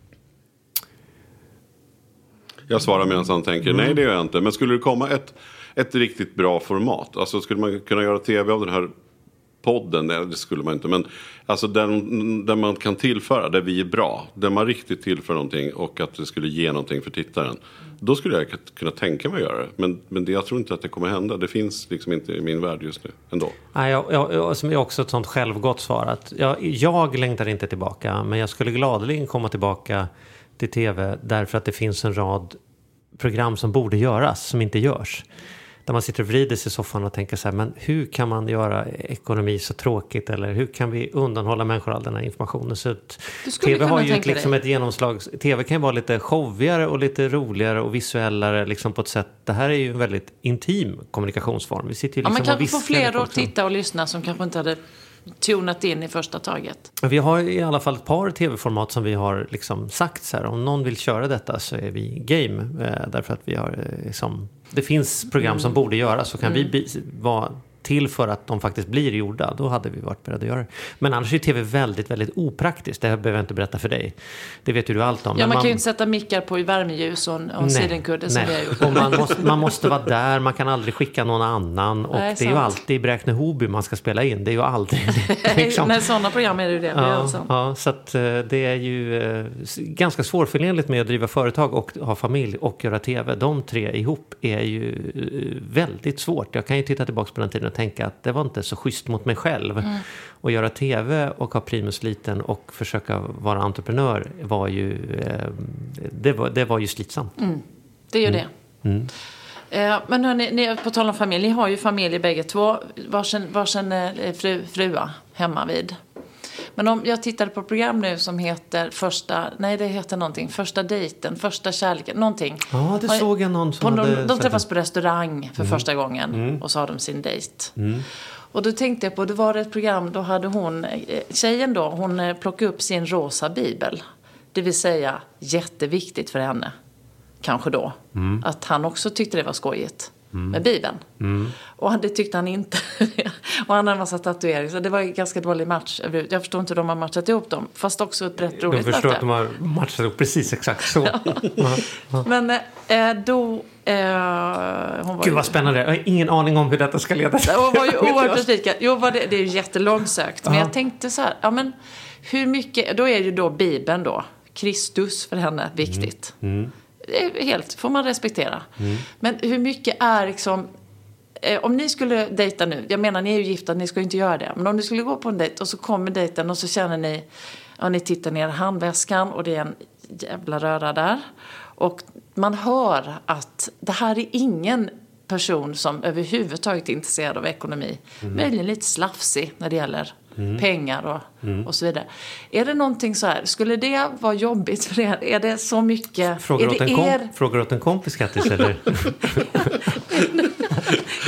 Jag svarar medan han tänker, mm. nej det gör jag inte. Men skulle det komma ett, ett riktigt bra format? Alltså skulle man kunna göra tv av den här podden? Nej, det skulle man inte. Men alltså den, där man kan tillföra, där vi är bra. Där man riktigt tillför någonting och att det skulle ge någonting för tittaren. Då skulle jag kunna tänka mig att göra det. Men, men det, jag tror inte att det kommer hända. Det finns liksom inte i min värld just nu ändå. Nej, jag, jag, jag, som är också ett sånt självgott svar. Att jag, jag längtar inte tillbaka. Men jag skulle gladeligen komma tillbaka till tv. Därför att det finns en rad program som borde göras. Som inte görs. Där man sitter och vrider sig i soffan och tänker så här, men hur kan man göra ekonomi så tråkigt? Eller hur kan vi undanhålla människor all den här informationen? Så tv har ju ett, liksom ett genomslag. Tv kan ju vara lite showigare och lite roligare och visuellare liksom på ett sätt. Det här är ju en väldigt intim kommunikationsform. Vi sitter ju liksom ja, man kan få fler att titta och lyssna som kanske inte hade tunat in i första taget. Vi har i alla fall ett par tv-format som vi har liksom sagt så här, om någon vill köra detta så är vi game. Eh, därför att vi har eh, liksom, det finns program mm. som borde göras så kan mm. vi bi- vara till för att de faktiskt blir gjorda. Då hade vi varit beredda att göra det. Men annars är tv väldigt, väldigt opraktiskt. Det här behöver jag inte berätta för dig. Det vet ju du allt om. Ja, man, man kan ju inte sätta mickar på i värmeljus och en sidenkudde som vi har gjort. Och man måste, man måste vara där. Man kan aldrig skicka någon annan. Och Nej, det är ju alltid Bräkne Hoby man ska spela in. Det är ju aldrig... liksom. Nej, sådana program är det ju det. Ja, ja, så att det är ju eh, ganska svårförenligt med att driva företag och ha familj och göra tv. De tre ihop är ju eh, väldigt svårt. Jag kan ju titta tillbaka på den tiden och tänka att det var inte så schysst mot mig själv. Mm. Och göra tv och ha primus liten och försöka vara entreprenör var ju eh, det, var, det var ju slitsamt. Mm. Det är ju mm. det. Mm. Eh, men hörni, ni, på tal om familj, ni har ju familj bägge två. Varsin, varsin eh, fru, frua hemma vid. Men om jag tittade på program nu som heter första, nej det heter någonting, första dejten, första kärleken, någonting. Ja, det såg jag någon som på hade någon, de träffas på restaurang för mm. första gången mm. och så har de sin dejt. Mm. Och då tänkte jag på, det var ett program, då hade hon, tjejen då, hon plockade upp sin rosa bibel. Det vill säga jätteviktigt för henne, kanske då, mm. att han också tyckte det var skojigt. Mm. Med Bibeln. Mm. Och det tyckte han inte. Och han hade en massa tatueringar. Så det var en ganska dålig match. Jag förstår inte hur de har matchat ihop dem. Fast också ett rätt roligt. Jag förstår att de har matchat ihop precis exakt så. Ja. Ja. Ja. Men eh, då... Eh, hon var Gud vad spännande. Jag har ingen aning om hur detta ska leda till. Hon var ju oerhört besviken. Jo, var det, det är ju jättelångsökt. Men ja. jag tänkte så här. Ja, men hur mycket... Då är ju då Bibeln då. Kristus för henne viktigt. Mm. Mm. Helt, får man respektera. Mm. Men hur mycket är liksom... Eh, om ni skulle dejta nu... Jag menar, ni är ju gifta, ni ska ju inte göra det. Men om ni skulle gå på en dejt och så kommer dejten och så känner ni... Ja, ni tittar ner i handväskan och det är en jävla röra där. Och man hör att det här är ingen person som överhuvudtaget är intresserad av ekonomi. Mm. Möjligen lite slafsig när det gäller... Mm. pengar och, mm. och så vidare. Är det någonting så här, skulle det vara jobbigt för er? Är det så mycket... Frågar är åt det en, kom- er... frågar åt en kompis Kattis eller? Ja,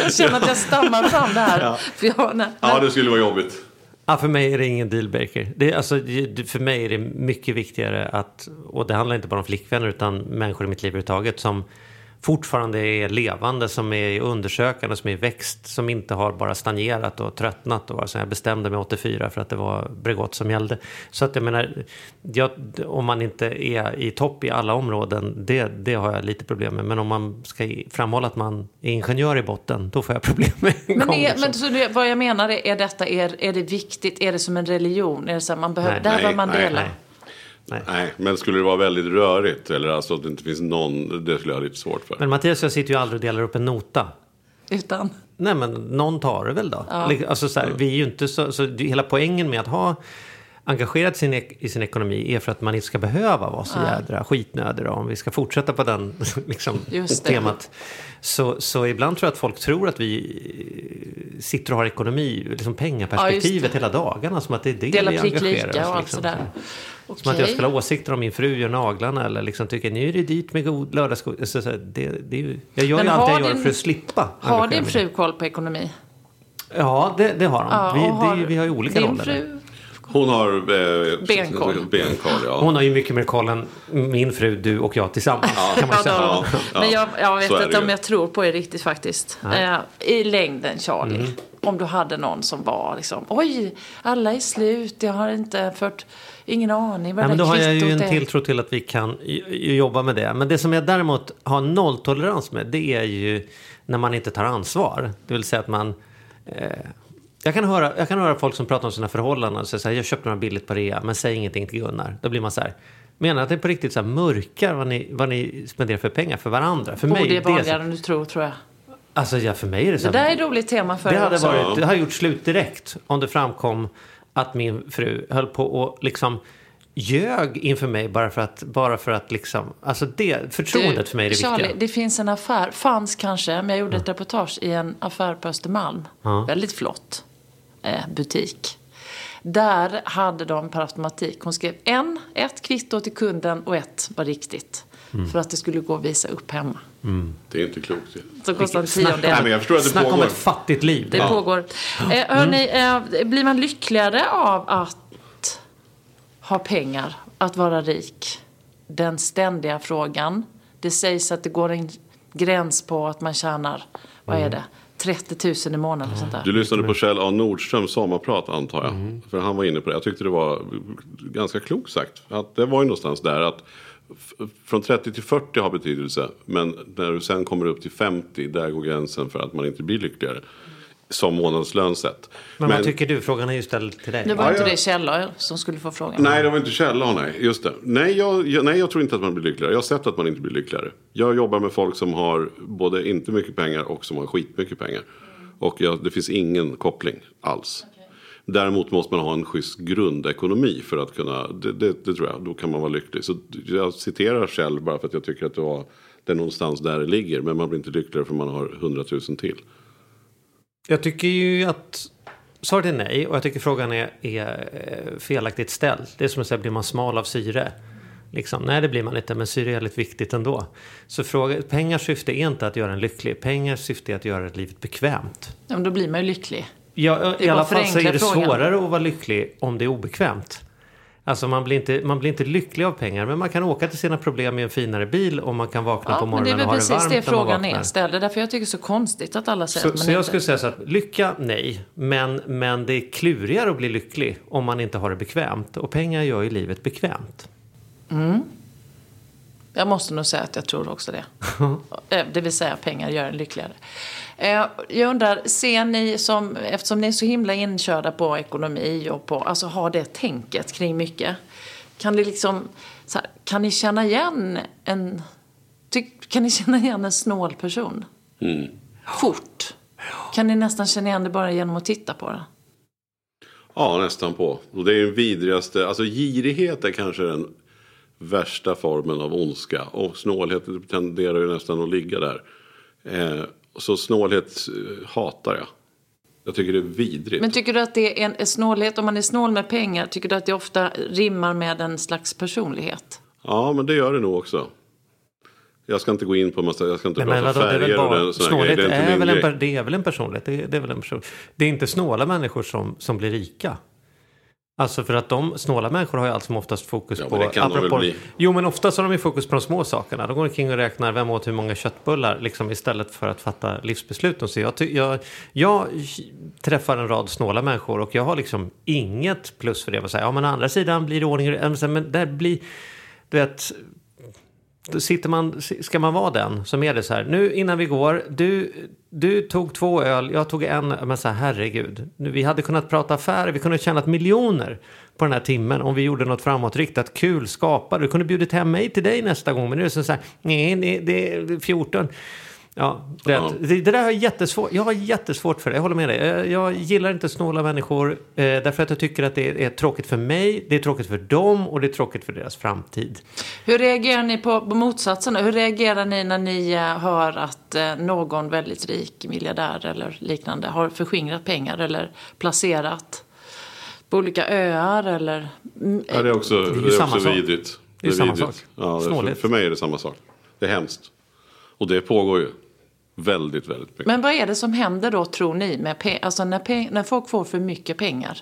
jag känner att jag stammar fram det här. Ja, för jag, nej, ja det skulle vara jobbigt. Ja, för mig är det ingen dealbreaker. Det är, alltså, för mig är det mycket viktigare att, och det handlar inte bara om flickvänner utan människor i mitt liv överhuvudtaget som fortfarande är levande, som är undersökande, som är i växt, som inte har bara stagnerat och tröttnat. Och alltså jag bestämde mig åttiofyra för att det var Bregott som gällde. Så att jag menar, jag, om man inte är i topp i alla områden, det, det har jag lite problem med. Men om man ska framhålla att man är ingenjör i botten, då får jag problem med en men, gång, är, liksom. men så det, vad jag menar är, är detta, är, är det viktigt? Är det som en religion? Är det så här, man behöver, Nej, där nej, var man nej, dela? nej. Nej. Nej, men skulle det vara väldigt rörigt eller alltså att det inte finns någon, det skulle jag ha lite svårt för. Men Mattias, jag sitter ju aldrig och delar upp en nota. Utan? Nej, men någon tar det väl då. Ja. Alltså så här, vi är ju inte så, så hela poängen med att ha engagerat sin, i sin ekonomi är för att man inte ska behöva vara så jädra skitnödig då, om vi ska fortsätta på den liksom, Just det. temat. Så, så ibland tror jag att folk tror att vi sitter och har ekonomi, liksom pengaperspektivet ja, hela dagarna, som att det är det dela vi prick engagerar lika oss. och allt Liksom. sådär. Som Okej. att jag skulle ha åsikter om min fru gör naglarna eller liksom tycker nu är det dit med god lördagsgodis. Så, så, det, det är ju, jag gör Men ju allt har jag gör din- för att slippa. Har engagera din mig. fru koll på ekonomi? Ja, det, det har hon. Ja, vi, och det, har vi har ju olika din roller. fru? Hon har eh, Benkoll. benkoll ja. Hon har ju mycket mer koll än min fru, du och jag tillsammans. Kan man Ja, säga. då. Ja, ja. Men jag, jag vet Så är inte det om ju. jag tror på det riktigt faktiskt. Eh, I längden, Charlie. Mm. Om du hade någon som var liksom, oj, alla är slut, jag har inte fört, ingen aning vad Ja, det men då där har jag ju kvittot en är. tilltro till att vi kan j- j- jobba med det. Men det som jag däremot har nolltolerans med, det är ju när man inte tar ansvar. Det vill säga att man... Eh, jag, kan höra, jag kan höra folk som pratar om sina förhållanden och säger så här, jag köpte några billigt på rea, men säg ingenting till Gunnar. Då blir man så här, menar att det är på riktigt så här mörkar vad ni, vad ni spenderar för pengar för varandra. För mig, Oh, det är så- vanligare än du tror, tror jag. Alltså ja, för mig är det så Det här, där är ett roligt tema för det dig hade, också. varit, det hade gjort slut direkt om det framkom att min fru höll på och liksom ljög inför mig bara för att, bara för att liksom, alltså det, förtroendet Du, för mig är det Charlie, viktiga. det finns en affär, fanns kanske, men jag gjorde ett reportage i en affär på Östermalm. Ja. Väldigt flott eh, butik. Där hade de per automatik, hon skrev en, ett kvitto till kunden och ett var riktigt. Mm. För att det skulle gå att visa upp hemma. Det är inte klokt. Så kostar en Snacka- tiondel. Nej, men jag förstår att det Snacka om pågår. ett fattigt liv. Det pågår. Eh, hörni, eh, blir man lyckligare av att ha pengar, att vara rik? Den ständiga frågan. Det sägs att det går en gräns på att man tjänar, vad är det, trettio tusen i månaden och sånt där. Du lyssnade på Kjell A. Nordströms sommarprat antar jag. Mm. För han var inne på det. Jag tyckte det var ganska klokt sagt. Att det var ju någonstans där att f- från trettio till fyrtio har betydelse. Men när du sen kommer upp till femtio, där går gränsen för att man inte blir lyckligare. Som månadslön sett. Men, vad tycker du? Frågan är ju ställd till dig. Det var Ja, inte ja. det Kjell som skulle få frågan. Nej, det var inte Kjell A. Nej, just det. Nej jag, jag, nej, jag tror inte att man blir lyckligare. Jag har sett att man inte blir lyckligare. Jag jobbar med folk som har både inte mycket pengar och som har skitmycket pengar. Och jag, det finns ingen koppling alls. Däremot måste man ha en schysst grundekonomi för att kunna, det, det, det tror jag, då kan man vara lycklig. Så jag citerar Kjell bara för att jag tycker att det, var, det är någonstans där det ligger. Men man blir inte lyckligare för man har hundratusen till. Jag tycker ju att svaret är nej, och jag tycker frågan är, är eh, felaktigt ställd. Det är som att säga, blir man smal av syre? Liksom, nej, det blir man inte, men syre är väldigt viktigt ändå. Så fråga, pengars syfte är inte att göra en lycklig. Pengars syfte är att göra livet bekvämt. Ja, men då blir man ju lycklig. Ja, Det i är alla bara fall så förenkla är det frågan. svårare att vara lycklig om det är obekvämt. Alltså man blir, inte, man blir inte lycklig av pengar, men man kan åka till sina problem i en finare bil och man kan vakna Ja, på men det är morgonen väl och ha det precis varmt det när man frågan vaknar. är ställd. Det är därför jag tycker det är så konstigt att alla säger Så, att man så jag inte... skulle säga så att lycka, nej. Men, men det är klurigare att bli lycklig om man inte har det bekvämt. Och pengar gör ju livet bekvämt. Jag måste nog säga att jag tror också det. Eh, det vill säga pengar gör en lyckligare. Eh, Jag undrar, ser ni som, eftersom ni är så himla inkörda på ekonomi och på, alltså har det tänket kring mycket. Kan ni liksom, så här, kan ni känna igen en, ty, kan ni känna igen en snål person? Mm. Fort. Kan ni nästan känna igen det bara genom att titta på det? Ja, nästan på. Och det är den vidrigaste, alltså girighet är kanske den värsta formen av ondska. Och snålhet tenderar ju nästan att ligga där. Eh, så snålhet eh, hatar jag. Jag tycker det är vidrigt. Men tycker du att det är en, en snålhet, om man är snål med pengar, tycker du att det ofta rimmar med en slags personlighet? Ja, men det gör det nog också. Jag ska inte gå in på massa, jag ska inte Nej, prata vadå, färger bara, och sådana grejer. Det är, det är, är, väl grej. en, det är väl en personlighet. Det är, det är väl en person. Det är inte snåla människor som, som blir rika. Alltså för att de snåla människor har ju allt som oftast fokus ja, på... Men det kan de väl bli. Jo, men oftast har de ju fokus på de små sakerna. De går omkring och räknar vem åt hur många köttbullar liksom, istället för att fatta livsbeslut. Så jag, jag, jag träffar en rad snåla människor och jag har liksom inget plus för det. Jag säger, ja, men å andra sidan blir det ordning... Men det blir... Du vet... Då sitter man, ska man vara den som är det så här. Nu innan vi går, du, du tog två öl, jag tog en, men så här, herregud. Nu, vi hade kunnat prata affärer, vi kunde tjänat miljoner på den här timmen om vi gjorde något framåtriktat, kul, skapade. Du kunde bjudit hem mig till dig nästa gång, men nu är det så här, nej, det, det är fjorton. Ja, det, ja. Det, det där är jättesvårt. Jag har jättesvårt för det, jag håller med dig. Jag, jag gillar inte snåla människor eh, därför att jag tycker att det är, är tråkigt för mig, det är tråkigt för dem och det är tråkigt för deras framtid. Hur reagerar ni på, på motsatsen? Hur reagerar ni när ni eh, hör att eh, någon väldigt rik miljardär eller liknande har förskingrat pengar eller placerat på olika öar eller... Ja, det är också, det är det är också sak. vidrigt. Det är, det är samma vidrigt. sak. Ja, för, för mig är det samma sak. Det är hemskt. Och det pågår ju. Väldigt, väldigt mycket. Men vad är det som händer då, tror ni, med pe- alltså när, pe- när folk får för mycket pengar?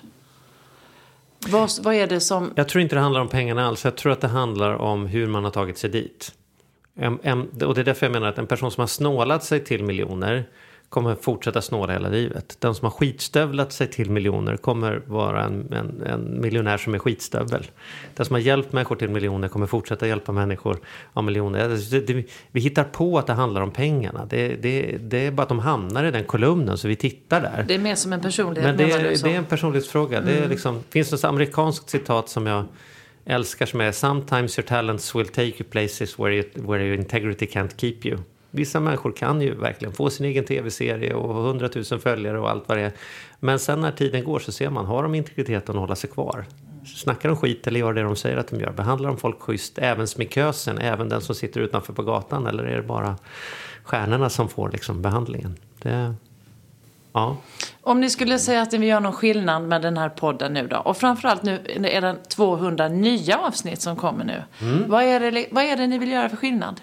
Vad, vad är det som... Jag tror inte det handlar om pengarna alls. Jag tror att det handlar om hur man har tagit sig dit. En, en, och det är därför jag menar att en person som har snålat sig till miljoner kommer fortsätta snåla hela livet. Den som har skitstövlat sig till miljoner kommer vara en, en, en miljonär som är skitstövel. Den som har hjälpt människor till miljoner kommer fortsätta hjälpa människor av miljoner. Det, det, vi hittar på att det handlar om pengarna. Det, det, det är bara att de hamnar i den kolumnen så vi tittar där. Det är mer som en personlighet. Men det, är, det är en personlighetsfråga. Mm. Det är liksom, finns det ett amerikanskt citat som jag älskar som är "Sometimes your talents will take you places where, you, where your integrity can't keep you." Vissa människor kan ju verkligen få sin egen tv-serie och hundratusen följare och allt vad det är. Men sen när tiden går så ser man, har de integriteten att hålla sig kvar? Snackar de skit eller gör det de säger att de gör? Behandlar de folk schysst? Även smikösen, även den som sitter utanför på gatan? Eller är det bara stjärnorna som får liksom behandlingen? Det, ja. Om ni skulle säga att vi gör någon skillnad med den här podden nu då. Och framförallt nu är det tvåhundra nya avsnitt som kommer nu. Mm. Vad är det, vad är det ni vill göra för skillnad?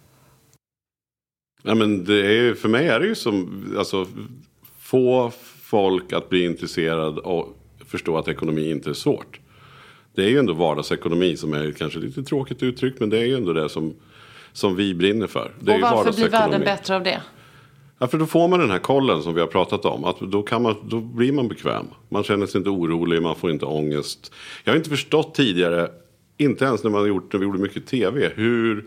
Ja, men det är, för mig är det ju som alltså, få folk att bli intresserad och förstå att ekonomi inte är svårt. Det är ju ändå vardagsekonomi som är kanske lite tråkigt uttryck, men det är ju ändå det som, som vi brinner för. Det är och varför blir världen bättre av det? Ja, för då får man den här kollen som vi har pratat om. Att då, kan man, då blir man bekväm. Man känner sig inte orolig, man får inte ångest. Jag har inte förstått tidigare, inte ens när, man gjort, när vi gjorde mycket tv, hur...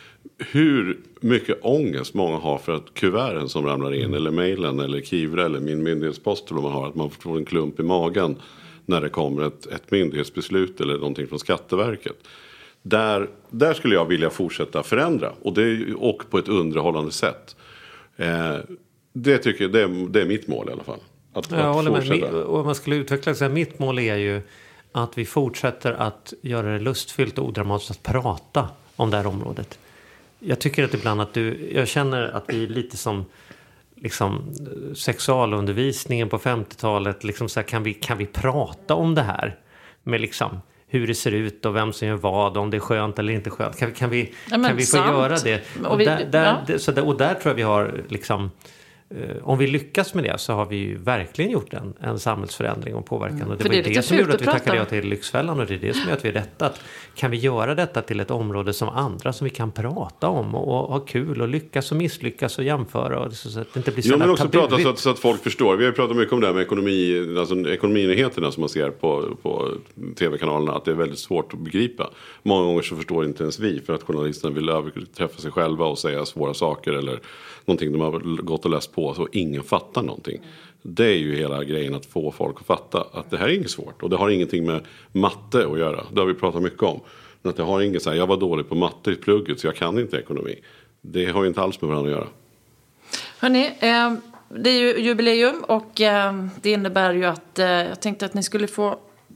hur mycket ångest många har för att kuverten som ramlar in, eller mejlen eller Kivra eller min myndighetspost, eller man har, att man får en klump i magen när det kommer ett, ett myndighetsbeslut eller någonting från Skatteverket. Där, där skulle jag vilja fortsätta förändra, och, det, och på ett underhållande sätt. Eh, det tycker jag, det, det är mitt mål i alla fall. Att, jag att håller fortsätta. med. Och om man skulle utveckla så här, mitt mål är ju att vi fortsätter att göra det lustfyllt och odramatiskt att prata om det här området. Jag tycker att ibland att du, jag känner att vi är lite som liksom sexualundervisningen på femtiotalet, liksom så här, kan vi kan vi prata om det här med liksom hur det ser ut och vem som gör vad, om det är skönt eller inte skönt. Kan, kan vi ja, kan vi få sant. göra det? Och, vi, där, där, ja. det, så där, och där tror jag vi har liksom om vi lyckas med det så har vi ju verkligen gjort en, en samhällsförändring och påverkan. Och det För var det, det, det som gjorde att vi prata. tackade ja till Lyxfällan, och det är det som gör att vi är rättat. Kan vi göra detta till ett område som andra som vi kan prata om och, och ha kul och lyckas och misslyckas och jämföra, och så att det inte blir så. Jo, men också tabuigt. prata så att, så att folk förstår. Vi har pratat mycket om det här med ekonomi, alltså ekonominyheterna som man ser på, på tv-kanalerna, att det är väldigt svårt att begripa. Många gånger så förstår inte ens vi, för att journalisterna vill överträffa sig själva och säga svåra saker eller någonting de har gått och läst på så ingen fattar någonting. Det är ju hela grejen, att få folk att fatta att det här är inget svårt. Och det har ingenting med matte att göra. Det har vi pratat mycket om. Men att det har inget så här, jag var dålig på matte i plugget så jag kan inte ekonomi. Det har ju inte alls med varandra att göra. Hörrni, eh, det är ju jubileum och eh, det innebär ju att eh, jag tänkte att ni skulle få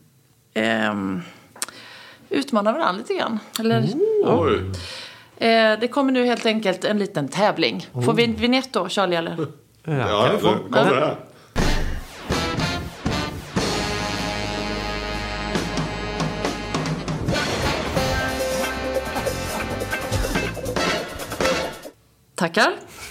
eh, utmana varandra lite grann. Eller, oh. ja. eh, det kommer nu helt enkelt en liten tävling. Får vi en vignett då, Charlie, eller? Ja, ja det kommer det här. Tackar.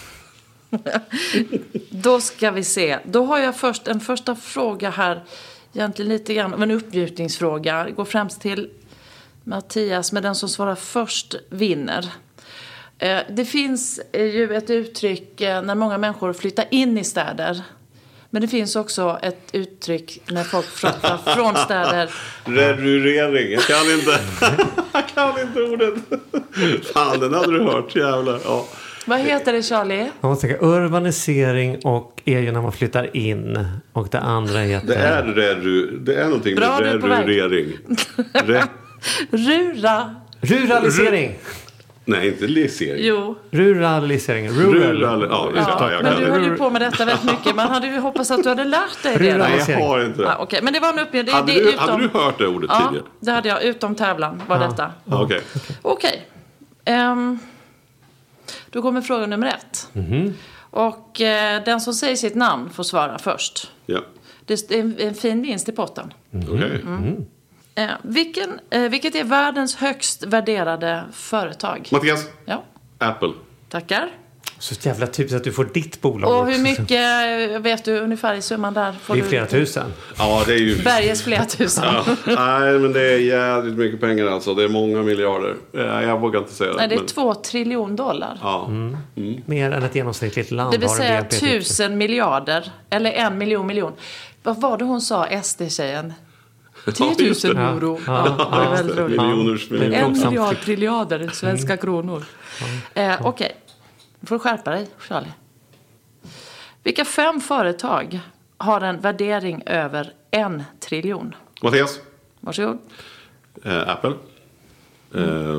Då ska vi se. Då har jag först en första fråga här. Egentligen lite grann av en uppgjutningsfråga. Går främst till Mattias, men den som svarar först vinner. Det finns ju ett uttryck när många människor flyttar in i städer. Men det finns också ett uttryck när folk flyttar från städer. Redurering. Jag kan inte. Jag kan inte ordet. Fan, den hade du hört. Jävlar. Ja. Vad heter det, Charlie? Man måste tänka urbanisering och är ju när man flyttar in. Och det andra heter... Det är, redu, det är någonting Bra, med redurering. Re... Rura. Ruralisering. Nej, inte lisering. Jo. Ruralisering. Rural. Rural. Ja, just Ja, det. Jag men kan du det. höll ju på med detta väldigt mycket. Man hade ju hoppats att du hade lärt dig det. Rural. Nej, jag har inte det. Ja, okej, men det var en uppgift. Hade, det, du, utom... hade du hört det ordet Ja, tidigare? det hade jag. Utom tävlan var Ja. detta. Ja, okej. Okej. Ehm, då kommer fråga nummer ett. Mm-hmm. Och eh, den som säger sitt namn får svara först. Ja. Det är en, en fin vinst i potten. Okej. Mm. Eh, vilken, eh, vilket är världens högst värderade företag? Mattias. Ja, Apple. tackar. Så jävla typiskt att du får ditt bolag Och också. hur mycket eh, vet du ungefär i summan där? Får Det är du- flera tusen. Ja, det är ju... Berges flera tusen. Ja. Nej, men det är jävligt mycket pengar alltså. Det är många miljarder. Eh, Jag vågar inte säga det. Nej, det är men... två triljon dollar. Ja. Mer än ett genomsnittligt land Det vill har en säga B N P. tusen miljarder. Eller en miljon miljon. Vad var det hon sa, S D-tjejen? tiotusen Ja. euro. Ja. Ja, det var väldigt roligt. Miljoners Ja. miljoner. En Plågsamt. miljard triljarder svenska kronor. Eh, Okej, nu får du skärpa dig, Charlie. Vilka fem företag har en värdering över en triljon? Mattias. Varsågod. Eh, Apple. Eh,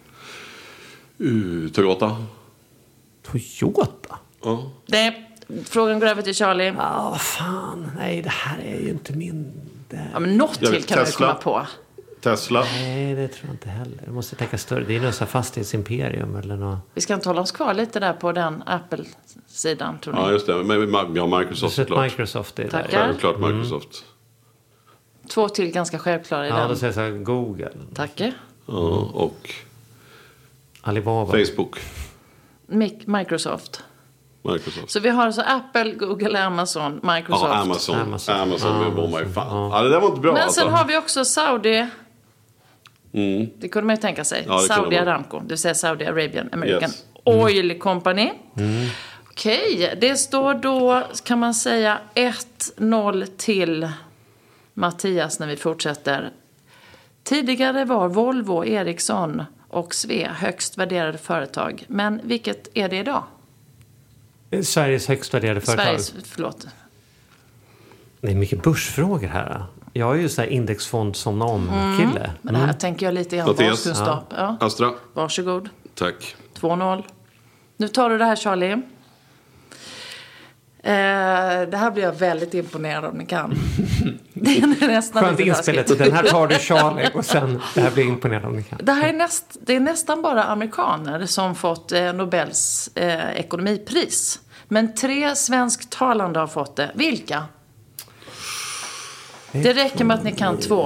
uh, Toyota. Toyota? Ja. Det, frågan går över till Charlie. Ja, vad fan. Nej, det här är ju inte min... Det... Ja, men något Jag till vet, kan du Tesla. komma på. Tesla. Nej, det tror jag inte heller. Jag måste tänka större. Det är något så här fastighetsimperium eller något. Vi ska inte hålla oss kvar lite där på den Apple-sidan, tror ni? Ja, just det. Men, men, ja, Microsoft Så såklart. Microsoft är Tackar. där. Självklart Microsoft. Två till ganska självklara i Ja, den. då säger jag så här, Google, Tack. Ja, och Alibaba. Facebook. Mic- Microsoft. Microsoft. Så vi har alltså Apple, Google, Amazon, Microsoft. Ja, Amazon. Amazon. Amazon, Amazon Ja, bommar ju fan. ja. Ja, det där var inte bra Men alltså. sen har vi också Saudi. Mm. Det kunde man ju tänka sig. Ja, det kunde Saudi man. Aramco, det vill säga Saudi Arabian American Yes. Mm. Oil Company. Okej, det står då, kan man säga, ett noll till Mattias när vi fortsätter. Tidigare var Volvo, Ericsson och Svea högst värderade företag. Men vilket är det idag? Sveriges högst värderade företag. Sveriges, förlåt. Det är mycket börsfrågor här. Jag är ju så här indexfond som om-kille. Men det här tänker jag lite grann Mattias? baskunskap. Ja. Astra. Varsågod. Tack. två noll. Nu tar du det här, Charlie. Eh, det här blir jag väldigt imponerad om ni kan. Det är nästan Skönt lite inspelet. taskigt. Den här tar du, Charlie, och sen det här blir imponerande om ni kan. Det här är, näst, det är nästan bara amerikaner som fått eh, Nobels eh, ekonomipris. Men tre svensktalande har fått det. Vilka? Det räcker med att ni kan två.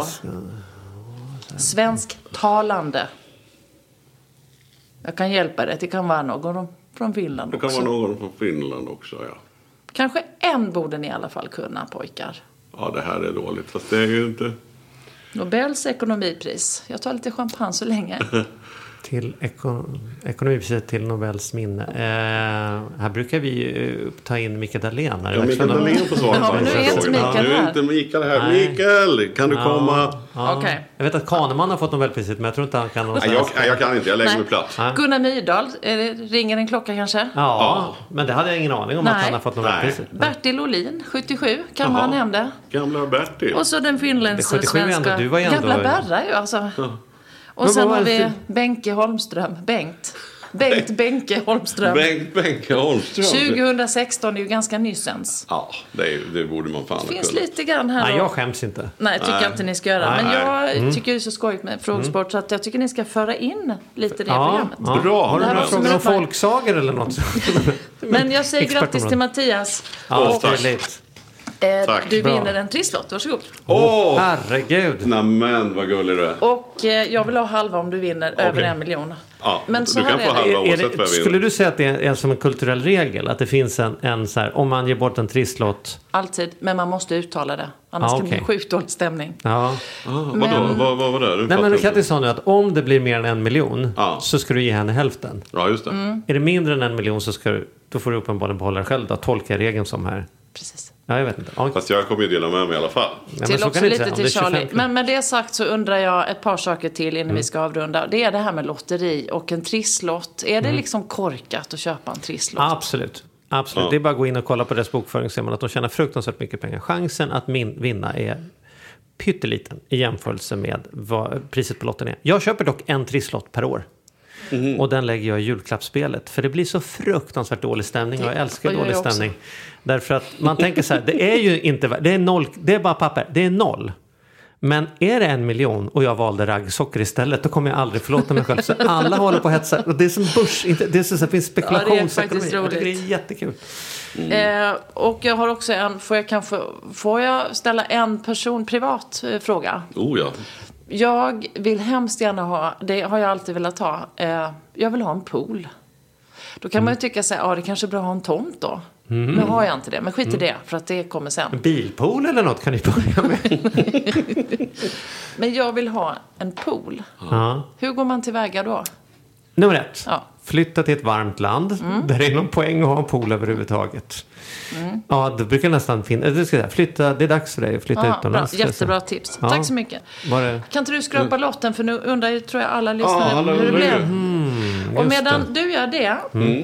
Svensktalande. Jag kan hjälpa dig. Det kan vara någon från Finland Det kan också. vara någon från Finland också, ja. Kanske en borde ni i alla fall kunna, pojkar. Ja, det här är dåligt. Fast det är ju inte... Nobels ekonomipris. Jag tar lite champagne så länge. Till eko- ekonomipriset till Nobels minne. Eh, här brukar vi eh, ta in Mikael Dahlén. När det Ja, är Mikael dags för- Dahlén får svara Ja, på men nu den är inte frågan. Ja, Mikael Nu är här. inte Mikael här. Nej. Mikael, kan du komma? Ja. Okej. Jag vet att Kahneman har fått Nobelpriset, men jag tror inte han kan någon Nej, jag, nej, jag kan inte. Jag lägger Nej. mig platt. Gunnar Myrdal. Är det, ringer en klocka kanske? Ja, Ja. men det hade jag ingen aning om Nej. att han har fått Nobelpriset. Bertil Olin, sjuttiosju. Kan Jaha. man nämnde. Gamla Bertil. Och så den finländska Det sjuttiosju är ändå- svenska. du var ju ändå- Gamla Berra ju alltså. Och Men sen vad har var vi det Benke Holmström. Bengt. Bengt Benke Holmström. Bengt Benke Holmström. tjugohundrasexton är ju ganska nyssens. Ja, det, är, det borde man fan Det finns kunna. lite grann här. Nej, och- jag skäms inte. Nej, tycker jag inte ni ska göra. Nej. Men jag Mm. tycker det är så skojigt med frågesport. Så att jag tycker ni ska föra in lite det i Ja, programmet. ja. Bra. Har du Det här några var som frågor om en utmaning. folksagor eller något? Men jag säger Expertområde. grattis till Mattias. Ja, Och tack. trevligt. Eh, Tack. du Bra. vinner en trisslott, varsågod. Åh! Herregud. Nämen, vad gullig du är. Och eh, jag vill ha halva om du vinner över Okej. en miljon. Ja, Men så du kan här få är det. halva Är oavsett det, vad jag skulle vinner. du säga att det är som en kulturell regel? Att det finns en, en så här, om man ger bort en trisslott. Alltid, men man måste uttala det. Annars Ja, kan det bli okej. sjukt dålig stämning. Ja. Ah, vadå? Vad, vad var det? Du Nej, fattar men inte. Katty sa nu att om det blir mer än en miljon Ja. så ska du ge henne hälften. Ja, just det. Mm. Är det mindre än en miljon så ska du, då får du uppenbarligen behålla det själv. Då tolkar jag regeln som här. Precis. Ja, jag vet inte. Ja. Fast jag kommer ju dela med mig i alla fall. Nej, men Till så också kan det inte lite säga. till Om det är Charlie. tjugofem Men med det sagt så undrar jag ett par saker till innan Mm. vi ska avrunda. Det är det här med lotteri och en trisslott. Är Mm. det liksom korkat att köpa en trisslott? Absolut. Absolut. Ja. Det är bara att gå in och kolla på deras bokföring så ser man att de tjänar fruktansvärt mycket pengar. Chansen att min, vinna är pytteliten i jämförelse med vad priset på lotten är. Jag köper dock en trisslott per år. Mhm. Och den lägger jag i julklappsspelet. För det blir så fruktansvärt dålig stämning. Och jag älskar Det gör dålig jag också. stämning. Därför att man tänker så här, det är ju inte värt- det är noll, det är bara papper, det är noll. Men är det en miljon och jag valde raggsocker istället, då kommer jag aldrig förlåta mig själv. Så alla håller på att hetsa. Och det är som börs, inte, det är så, så det finns spekulationsekonomi. faktiskt Jag tycker det är roligt. jättekul. Eh, och jag har också en, får jag kanske, får jag ställa en person privat eh, fråga? Oh ja. Jag vill hemskt gärna ha, det har jag alltid velat ha, eh, jag vill ha en pool. Då kan man ju tycka sig, ja det kanske är bra att ha en tomt då. Nu har jag inte det, men skit i det, för att det kommer sen. En bilpool eller något kan ni börja med. Men jag vill ha en pool. Ja. Hur går man tillväga då? Nummer ett. Ja. Flytta till ett varmt land där det är någon poäng att ha en pool överhuvudtaget. Ja, det brukar nästan finnas. Det, ska jag säga, flytta, det är dags för dig att flytta Ja, bra. utomlands. ska jag Jättebra säga. tips. Ja. Tack så mycket. Var det... Kan inte du skrapa lotten? För nu undrar tror jag alla lyssnare Ja, alla hur det undrar blev. ju. Och just medan du gör det,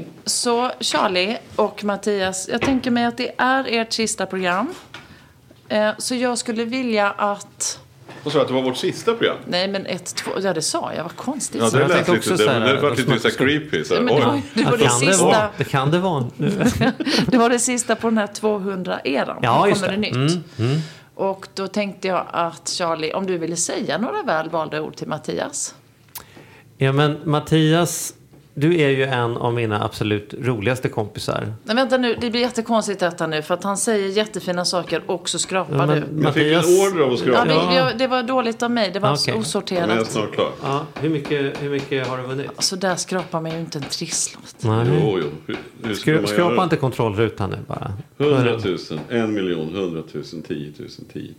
så Charlie och Mattias, jag tänker mig att det är ert sista program. Eh, Så jag skulle vilja att... Och så att det var vårt sista program. Nej, men ett, två... Ja, det sa jag. Vad konstigt. Ja, Så det jag lät tänkte lite, också det, så här, det var då lite så här smakar- creepy. Så här, Ja, men det var, oj. det var Ja, det kan det vara? sista. Det kan det vara. Det var det sista på den här tvåhundra-eran. Ja, Nu just kommer det. det nytt. Och då tänkte jag att Charlie, om du ville säga några väl valda ord till Mattias. Ja, men Mattias, du är ju en av mina absolut roligaste kompisar. Nej, vänta nu, det blir jättekonstigt detta nu. För att han säger jättefina saker och så skrapar Ja, men du. Jag fick en Mattias- order av att Ja, skrapa. det, Ja. jag, det var dåligt av mig. Det var Okej. Men jag är osorterat. snart klar. Ja, hur mycket, hur mycket har du vunnit? Så där skrapar man ju inte en trisslott. Nej. Jo, jo. Hur, hur ska man Skra- Skrapa göra? inte kontrollrutan nu bara. Hundratusen, en miljon, hundratusen, tiotusen, tio.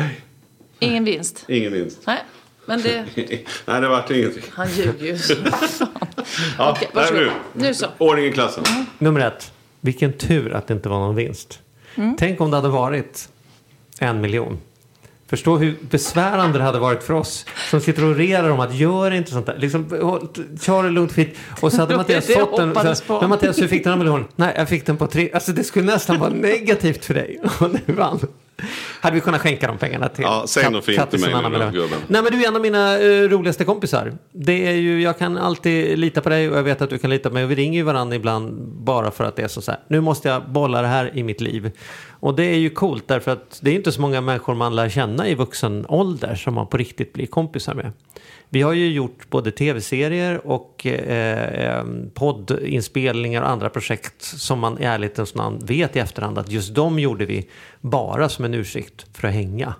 Ingen vinst. Ingen vinst. Nej, men det... Nej, det vart ingenting. Han ljuger ju. Ja, Okej, där är varsågod. nu. Nu så. Ordning i klassen. Nummer ett. Vilken tur att det inte var någon vinst. Tänk om det hade varit en miljon. Förstå hur besvärande det hade varit för oss som sitter och rerar om att gör inte sånt där. Liksom, håll- kör det lugnt fint. Och så hade Det Mattias det fått den. hoppades Så, på. men Mattias, hur fick du den här miljonen? Nej, jag fick den på tre. Alltså det skulle nästan vara negativt för dig. Och nu vann. Hade vi kunnat skänka de pengarna till Ja, säg Kat- något fint Kattis till mig och Anna nu då, Mellan. gubben. Nej, men du är en av mina eh, roligaste kompisar. Det är ju, jag kan alltid lita på dig och jag vet att du kan lita på mig. Och vi ringer ju varandra ibland bara för att det är så, så här. Nu måste jag bolla det här i mitt liv. Och det är ju coolt därför att det är inte så många människor man lär känna i vuxen ålder som man på riktigt blir kompisar med. Vi har ju gjort både tv-serier och eh, eh, poddinspelningar och andra projekt som man i ärlighetens namn vet i efterhand att just de gjorde vi bara som en ursäkt för att hänga.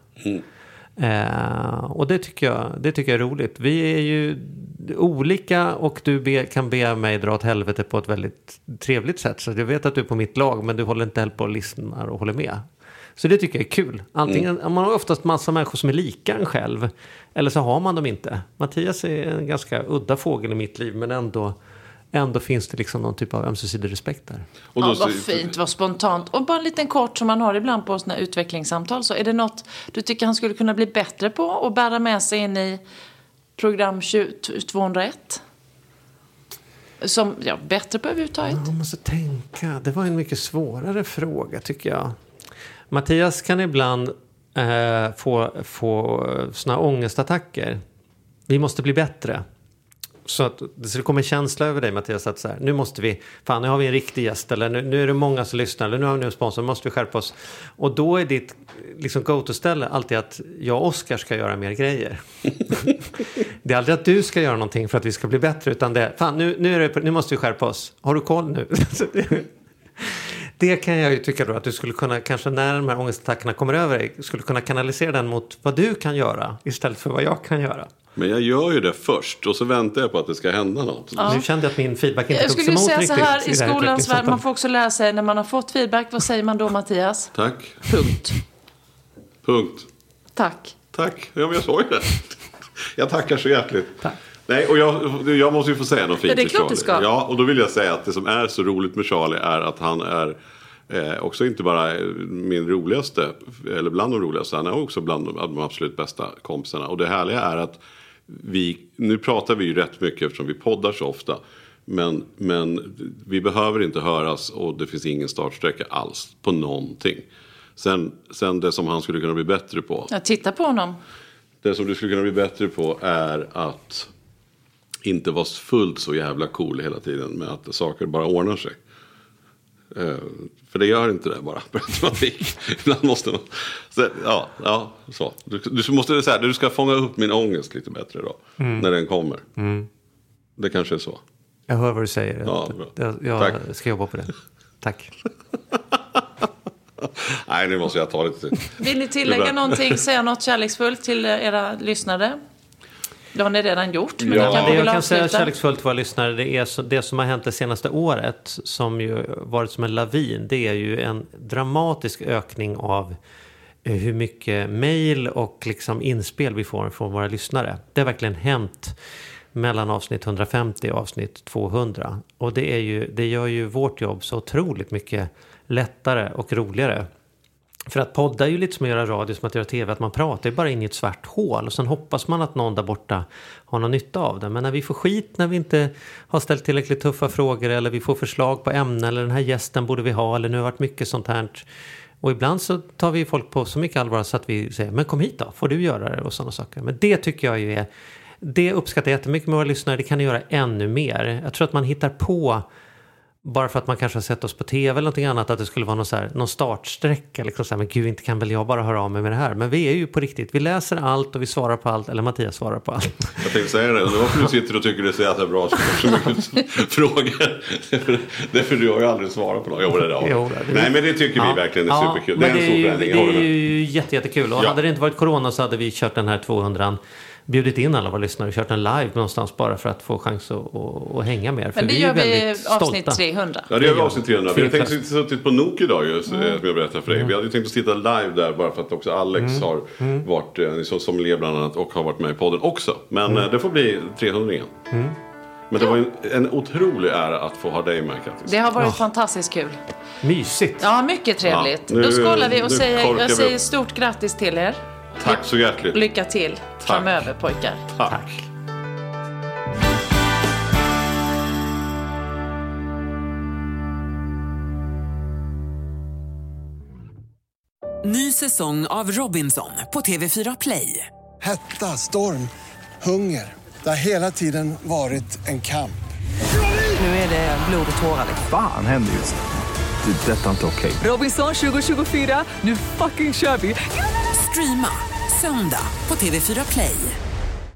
Eh, och det tycker, jag, det tycker jag är roligt. Vi är ju olika och du be, kan be mig dra åt helvete på ett väldigt trevligt sätt. Så jag vet att du är på mitt lag men du håller inte heller på och lyssnar och håller med. Så det tycker jag är kul. Antingen, mm. Man har oftast massa människor som är lika en själv. Eller så har man dem inte. Mattias är en ganska udda fågel i mitt liv. Men ändå, ändå finns det liksom någon typ av ömsesidig respekt där. Och då, Ja, vad fint, vad spontant. Och bara en liten kort som man har ibland på såna här utvecklingssamtal. Så är det något du tycker han skulle kunna bli bättre på och bära med sig in i program tvåhundraett? Som, ja, bättre på överhuvudtaget. Jag måste tänka. Det var en mycket svårare fråga tycker jag. Mattias kan ibland eh, få, få såna ångestattacker. Vi måste bli bättre. Så att det kommer känsla över dig Mattias att så här, nu måste vi, fan nu har vi en riktig gäst eller nu, nu är det många som lyssnar eller nu har vi en sponsor, nu måste vi skärpa oss. Och då är ditt liksom go-to-ställe alltid att jag och Oskar ska göra mer grejer. Det är aldrig att du ska göra någonting för att vi ska bli bättre utan det är, fan nu, nu, är det, nu måste vi skärpa oss. Har du koll nu? det kan jag ju tycka då att du skulle kunna, kanske när de här ångestattackerna kommer över dig, skulle kunna kanalisera den mot vad du kan göra istället för vad jag kan göra. Men jag gör ju det först och så väntar jag på att det ska hända något. Ja. Nu kände jag att min feedback inte jag togs emot riktigt. Jag skulle säga så här, i skolans värld, man får också lära sig när man har fått feedback, vad säger man då, Mattias? Tack. Punkt. Punkt. Tack. Tack, ja men jag sa ju det. Jag tackar så hjärtligt. Tack. Nej, och jag, jag måste ju få säga något fint. Ja, det är klart du ska. Ja, och då vill jag säga att det som är så roligt med Charlie är att han är eh, också inte bara min roligaste, eller bland de roligaste, han är också bland de, de absolut bästa kompisarna. Och det härliga är att vi, nu pratar vi ju rätt mycket eftersom vi poddar så ofta. Men, men vi behöver inte höras och det finns ingen startsträcka alls på någonting. Sen, sen det som han skulle kunna bli bättre på. Jag tittar på honom. Det som du skulle kunna bli bättre på är att inte vara fullt så jävla cool hela tiden med att saker bara ordnar sig. Uh, för det gör inte det bara. Ibland måste man... Så, ja, ja, så. Du, du måste säga, du ska fånga upp min ångest lite bättre då. Mm. När den kommer. Mm. Det kanske är så. Jag hör vad du säger. Ja, jag jag ska jobba på det. Tack. Nej, nu måste jag ta lite tid. Vill ni tillägga någonting, säga något kärleksfullt till era lyssnare? Det har ni redan gjort. Men ja, kan det jag kan säga kärleksfullt till våra lyssnare, det är så, det som har hänt det senaste året, som ju varit som en lavin, det är ju en dramatisk ökning av hur mycket mejl och liksom inspel vi får från våra lyssnare. Det har verkligen hänt mellan avsnitt hundrafemtio och avsnitt tvåhundra. Och det, är ju, det gör ju vårt jobb så otroligt mycket lättare och roligare. För att podda är ju lite som att göra radio, som att göra tv, att man pratar ju bara in i ett svart hål och sen hoppas man att någon där borta har någon nytta av det. Men när vi får skit, när vi inte har ställt tillräckligt tuffa frågor eller vi får förslag på ämnen eller den här gästen borde vi ha eller nu har varit mycket sånt här. Och ibland så tar vi folk på så mycket allvar så att vi säger, men kom hit då, får du göra det och sådana saker. Men det tycker jag ju är, det uppskattar jag jättemycket med våra lyssnare, det kan ni göra ännu mer. Jag tror att man hittar på, bara för att man kanske har sett oss på tv eller någonting annat, att det skulle vara någon, så här, någon startsträcka. Liksom så här, men gud, inte kan väl jag bara höra av mig med det här. Men vi är ju på riktigt. Vi läser allt och vi svarar på allt. Eller Mattias svarar på allt. Jag tänkte säga det. Varför du sitter och tycker det är så jävla bra så mycket frågor. Det är för du har ju aldrig svarat på något. Jo, det är jo, det. Nej, men det tycker ja. vi verkligen är ja, superkul. Det är, det är en ju, det är ju jätte, jättekul. Och ja. Hade det inte varit corona så hade vi kört den här tvåhundra, bjudit in alla våra lyssnare och kört en live någonstans bara för att få chans att, att, att hänga mer. För men det vi gör vi avsnitt trehundra. Ja, det gör vi avsnitt trehundra. Vi har tänkt att sitta på Nook idag ju, som jag berättade för dig. Mm. Vi hade ju tänkt att sitta live där bara för att också Alex mm. har mm. varit som sommelier bland annat och har varit med i podden också. Men mm. det får bli trehundra igen. Mm. Men det var en, en otrolig ära att få ha dig med, Kattis. Det har varit oh. fantastiskt kul. Mysigt. Ja, mycket trevligt. Ja, nu, Då skålar vi och säger, jag säger stort grattis till er. Tack så hjärtligt. Lycka till Tack. framöver, pojkar. Tack. Tack. Ny säsong av Robinson på T V fyra Play. Hetta, storm, hunger. Det har hela tiden varit en kamp. Nu är det blod och tårar. Fan händer just det. Det är detta inte okej. Robinson tjugo tjugofyra, nu fucking kör vi. Streama söndag på T V fyra Play.